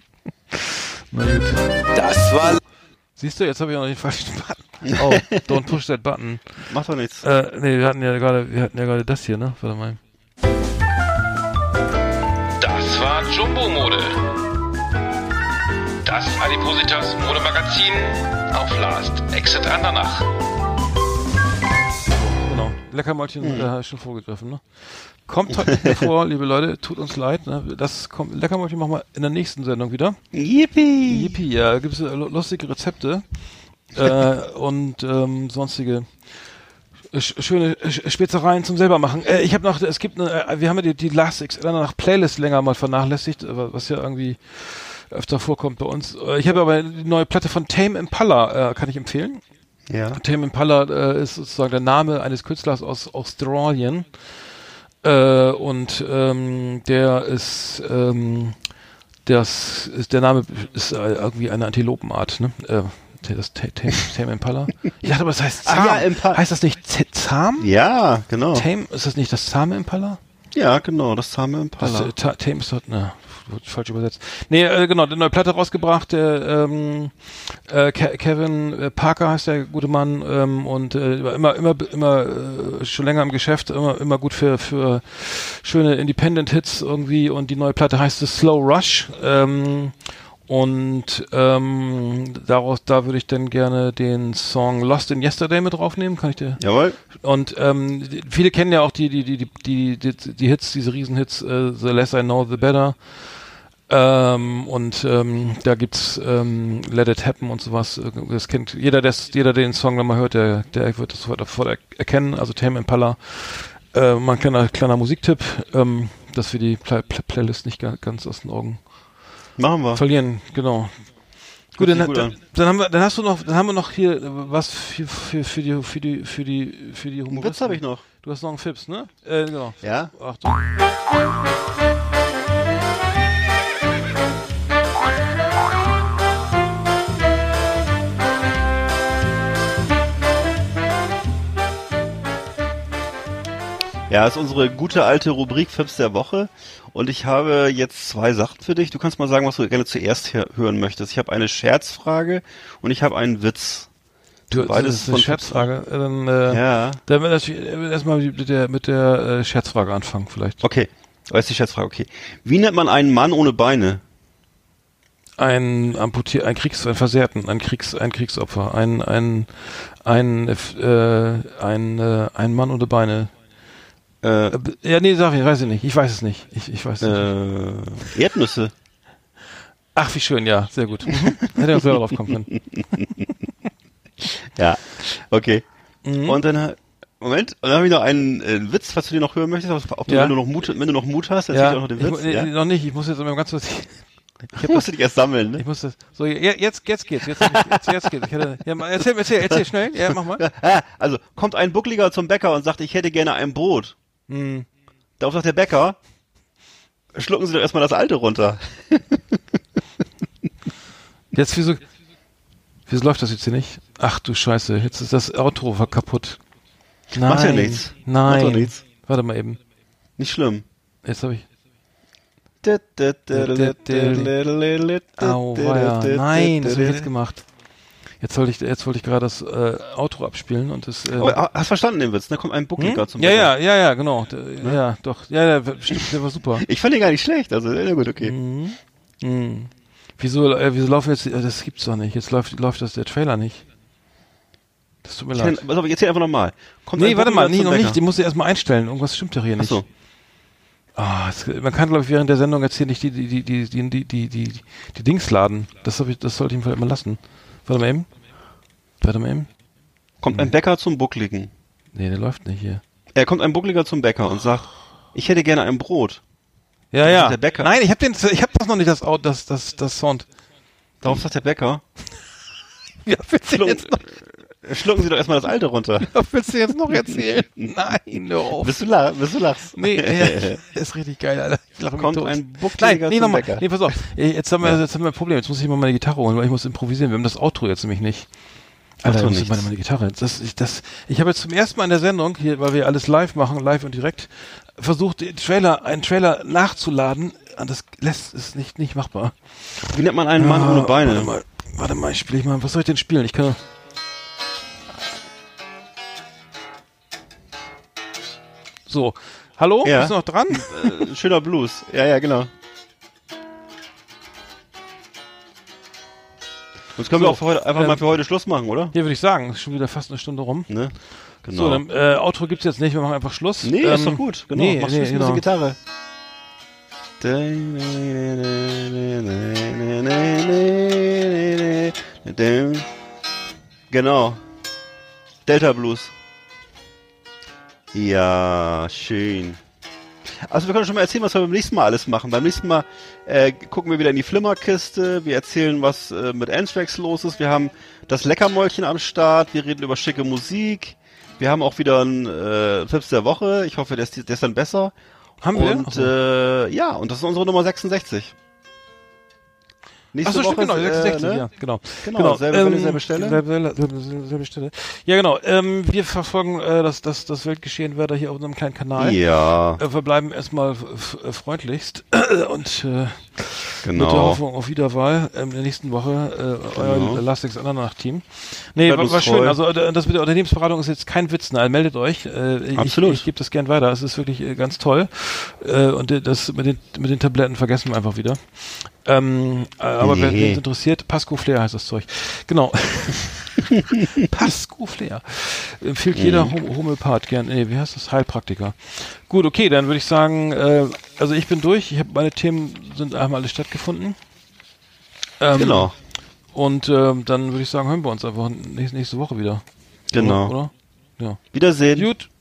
Na gut. Das war... Siehst du, jetzt habe ich auch noch den falschen Button. Oh, don't push that button. Macht doch nichts. Äh, nee, wir hatten ja gerade, wir hatten ja gerade das hier, ne? Warte mal. Das war Jumbo Mode. Das Adipositas Modemagazin auf Last Exit Andernach. Genau. Leckermäulchen hm. äh, schon vorgegriffen, ne? Kommt heute nicht mehr vor, liebe Leute, tut uns leid, ne? Das kommt, Leckermäulchen machen wir in der nächsten Sendung wieder. Yippie! Yippie, ja, gibt es äh, lustige Rezepte äh, und ähm, sonstige sch schöne sch Spezereien zum selber machen. Äh, ich habe noch, es gibt eine, äh, wir haben ja die, die Last Exit Andernach Playlist länger mal vernachlässigt, was ja irgendwie öfter vorkommt bei uns. Äh, ich habe aber die neue Platte von Tame Impala, äh, kann ich empfehlen. Ja. Tame Impala äh, ist sozusagen der Name eines Künstlers aus Australien. Äh, und ähm, der ist, ähm, das ist, der Name ist äh, irgendwie eine Antilopenart, ne? Äh, das Tame, Tame Impala. Ich dachte aber, das heißt Zahm. Ah, ja, Impa- heißt das nicht Z- Zahm? Ja, genau. Tame, ist das nicht das Zahme Impala? Ja, genau, das zahme Impala. Das, äh, Ta- Tame ist doch, ne, wird falsch übersetzt. Nee, äh, genau, eine neue Platte rausgebracht, der ähm, äh, Ke- Kevin äh, Parker heißt der gute Mann, ähm, und äh, immer, immer, immer äh, schon länger im Geschäft, immer, immer gut für, für schöne Independent-Hits irgendwie, und die neue Platte heißt Slow Rush, ähm, und ähm, daraus, da würde ich dann gerne den Song Lost in Yesterday mit draufnehmen, kann ich dir? Jawohl. Und ähm, die, viele kennen ja auch die die die die die, die Hits, diese Riesenhits, äh, The Less I Know, The Better. Ähm, und ähm, da gibt's ähm, Let It Happen und sowas. Das kennt jeder, der jeder, der den Song dann mal hört, der der wird das sofort erkennen. Also Tame Impala. Äh, man kleiner kleiner Musiktipp, ähm, dass wir die Play Play Playlist nicht ga ganz aus den Augen Machen wir. verlieren. Genau. Gut, Hört dann, sich gut dann, an. dann haben wir, dann hast du noch, dann haben wir noch hier was für, für, für die, für die, für die, für die Einen Humoristen. Witz habe ich noch. Du hast noch einen Fips, ne? Äh, genau. Ja? Achtung. Ja, ist unsere gute alte Rubrik Fips der Woche. Und ich habe jetzt zwei Sachen für dich. Du kannst mal sagen, was du gerne zuerst hören möchtest. Ich habe eine Scherzfrage und ich habe einen Witz. Du, Beides das ist eine von Scherzfrage. Äh, Dann, äh, Ja. dann wird natürlich erstmal mit der, mit der äh, Scherzfrage anfangen, vielleicht. Okay. Aber ist die Scherzfrage, okay. Wie nennt man einen Mann ohne Beine? Ein Amputier, ein Kriegs, ein Versehrten, ein Kriegs, ein Kriegsopfer, ein, ein, ein, äh, ein, äh, ein Mann ohne Beine. Äh, Äh, ja, nee, sag ich, weiß ich nicht. Ich weiß es nicht. Ich, ich weiß es nicht. äh, Erdnüsse. Ach, wie schön, ja, sehr gut. Mhm. Hätte er auch selber drauf kommen können. Ja, okay. Mhm. Und dann, äh, Moment, und dann habe ich noch einen äh, Witz, was du dir noch hören möchtest, ob du, Ja. wenn du noch Mut, wenn du noch Mut hast, erzähl Ja, ich auch noch den ich, Witz. mu- nee, Ja? noch nicht. Ich muss jetzt immer ganz kurz. Ich, Ich musste dich erst sammeln, ne? ich muss das. So, je- jetzt, jetzt geht's. Jetzt, jetzt, jetzt geht's. Ich hatte, ja, mal, erzähl, erzähl, erzähl schnell. Ja, mach mal. Ah, also, kommt ein Buckliger zum Bäcker und sagt, ich hätte gerne ein Brot. Hm. Darauf sagt der Bäcker, schlucken Sie doch erstmal das alte runter. Jetzt, wieso, wieso läuft das jetzt hier nicht? Ach du Scheiße, jetzt ist das Auto war kaputt. Nein. Macht ja nichts. Nein. Macht doch nichts. Warte mal eben. Nicht schlimm. Jetzt habe ich. Au, weia. Nein, das habe ich jetzt gemacht. Jetzt wollte ich, jetzt wollte ich gerade das äh, Outro abspielen und das. Äh, Aber hast verstanden den Witz? Da kommt ein Buckliger hm? zum Ja, Bäcker. ja, ja, ja, genau. D Ja, doch. Ja, ja, stimmt, der war super. Ich fand den gar nicht schlecht, also, ja gut, okay. Mhm. Mhm. Wieso, äh, wieso laufen jetzt, äh, das gibt's doch nicht. Jetzt läuft, läuft das der Trailer nicht. Das tut mir Ich leid. kann, pass auf, ich erzähl einfach nochmal. Kommt Nee, ein warte mal, Buckliger nee, zum noch nicht. Bäcker. Die musst du erstmal einstellen. Irgendwas stimmt doch hier Ach nicht. so. Ah, es, man kann, glaube ich, während der Sendung erzählen, nicht die, die, die, die, die, die, die, die, die Dings laden. Das, hab ich, das sollte ich vielleicht mal lassen. Warte mal eben. Warte mal eben. Kommt ein Bäcker zum Buckligen. Nee, der läuft nicht hier. Er kommt ein Buckliger zum Bäcker und sagt, ich hätte gerne ein Brot. Ja, Das ja. ist der Bäcker. Nein, ich hab den, ich hab das noch nicht, das, Au- das, das, das Sound. Darauf sagt der Bäcker, Ja, willst du schlucken, jetzt noch, schlucken Sie doch erstmal das alte runter. willst du jetzt noch erzählen? Nein, no. Bist du, la bist du lachst? Nee, äh, ist richtig geil, Alter. Ich lache mich Kommt tot. ein Buckliger Nein, nee, zum nochmal. Bäcker. Nee, pass auf. Äh, Jetzt haben wir, jetzt haben wir ein Problem. Jetzt muss ich mal meine Gitarre holen, weil ich muss improvisieren. Wir haben das Outro jetzt nämlich nicht. Alter, doch muss ich nichts. meine, meine Gitarre. Das, ich, das, ich habe jetzt zum ersten Mal in der Sendung, hier, weil wir alles live machen, live und direkt, versucht, den Trailer, einen Trailer nachzuladen. Und das lässt es nicht, nicht machbar. Wie nennt man einen Mann ohne Beine? Warte mal, warte mal, ich spiele ich mal. Was soll ich denn spielen? Ich kann. So. Hallo? Ja. Bist du noch dran? Äh, schöner Blues. Ja, ja, genau. Jetzt können wir So, auch für heute, einfach ähm, mal für heute Schluss machen, oder? Hier würde ich sagen, ist schon wieder fast eine Stunde rum. Ne? Genau. So, dann, äh, Outro gibt's jetzt nicht, wir machen einfach Schluss. nee, ähm, ist doch gut. Genau. Nee, Mach nee, Schluss mit genau. der Gitarre. Genau. Delta Blues. Ja, schön. Also wir können schon mal erzählen, was wir beim nächsten Mal alles machen. Beim nächsten Mal äh, gucken wir wieder in die Flimmerkiste, wir erzählen, was äh, mit Anthrax los ist, wir haben das Leckermäulchen am Start, wir reden über schicke Musik, Wir haben auch wieder einen äh, Tipps der Woche. Ich hoffe, der ist, der ist dann besser. Haben wir? Und äh, ja, und das ist unsere Nummer sechsundsechzig. Nächste Ach so, Woche stimmt, genau, ist, sechsundsechzig, äh, ne? ja, genau. Genau, selbe, ähm, selbe Stelle. Selbe, selbe, selbe Stelle. Ja, genau, ähm, wir verfolgen äh, das, das, das Weltgeschehen weiter hier auf unserem kleinen Kanal. Ja. Äh, wir bleiben erstmal f- f- freundlichst und äh, Genau. mit der Hoffnung auf Wiederwahl ähm, in der nächsten Woche äh, Genau. euer Last Exit Andernach-Team. Nee, Bleibt war, uns war schön. treu. Also äh, das mit der Unternehmensberatung ist jetzt kein Witz. Nein, meldet euch. Äh, Absolut. Ich, ich gebe das gern weiter. Es ist wirklich äh, ganz toll. Äh, und äh, das mit den, mit den Tabletten vergessen wir einfach wieder. Ähm, äh, aber Nee. wer wen interessiert, Pasco Flair heißt das Zeug. Genau. Pasco Flair. Empfiehlt Mhm. jeder Hom- Homöopath gern. Nee, wie heißt das? Heilpraktiker. Gut, okay, dann würde ich sagen, äh, also ich bin durch. Ich habe meine Themen sind einmal alle stattgefunden. Ähm, Genau. Und ähm, dann würde ich sagen, hören wir uns einfach nächste, nächste Woche wieder. Genau. Oder? Ja. Wiedersehen. Gut.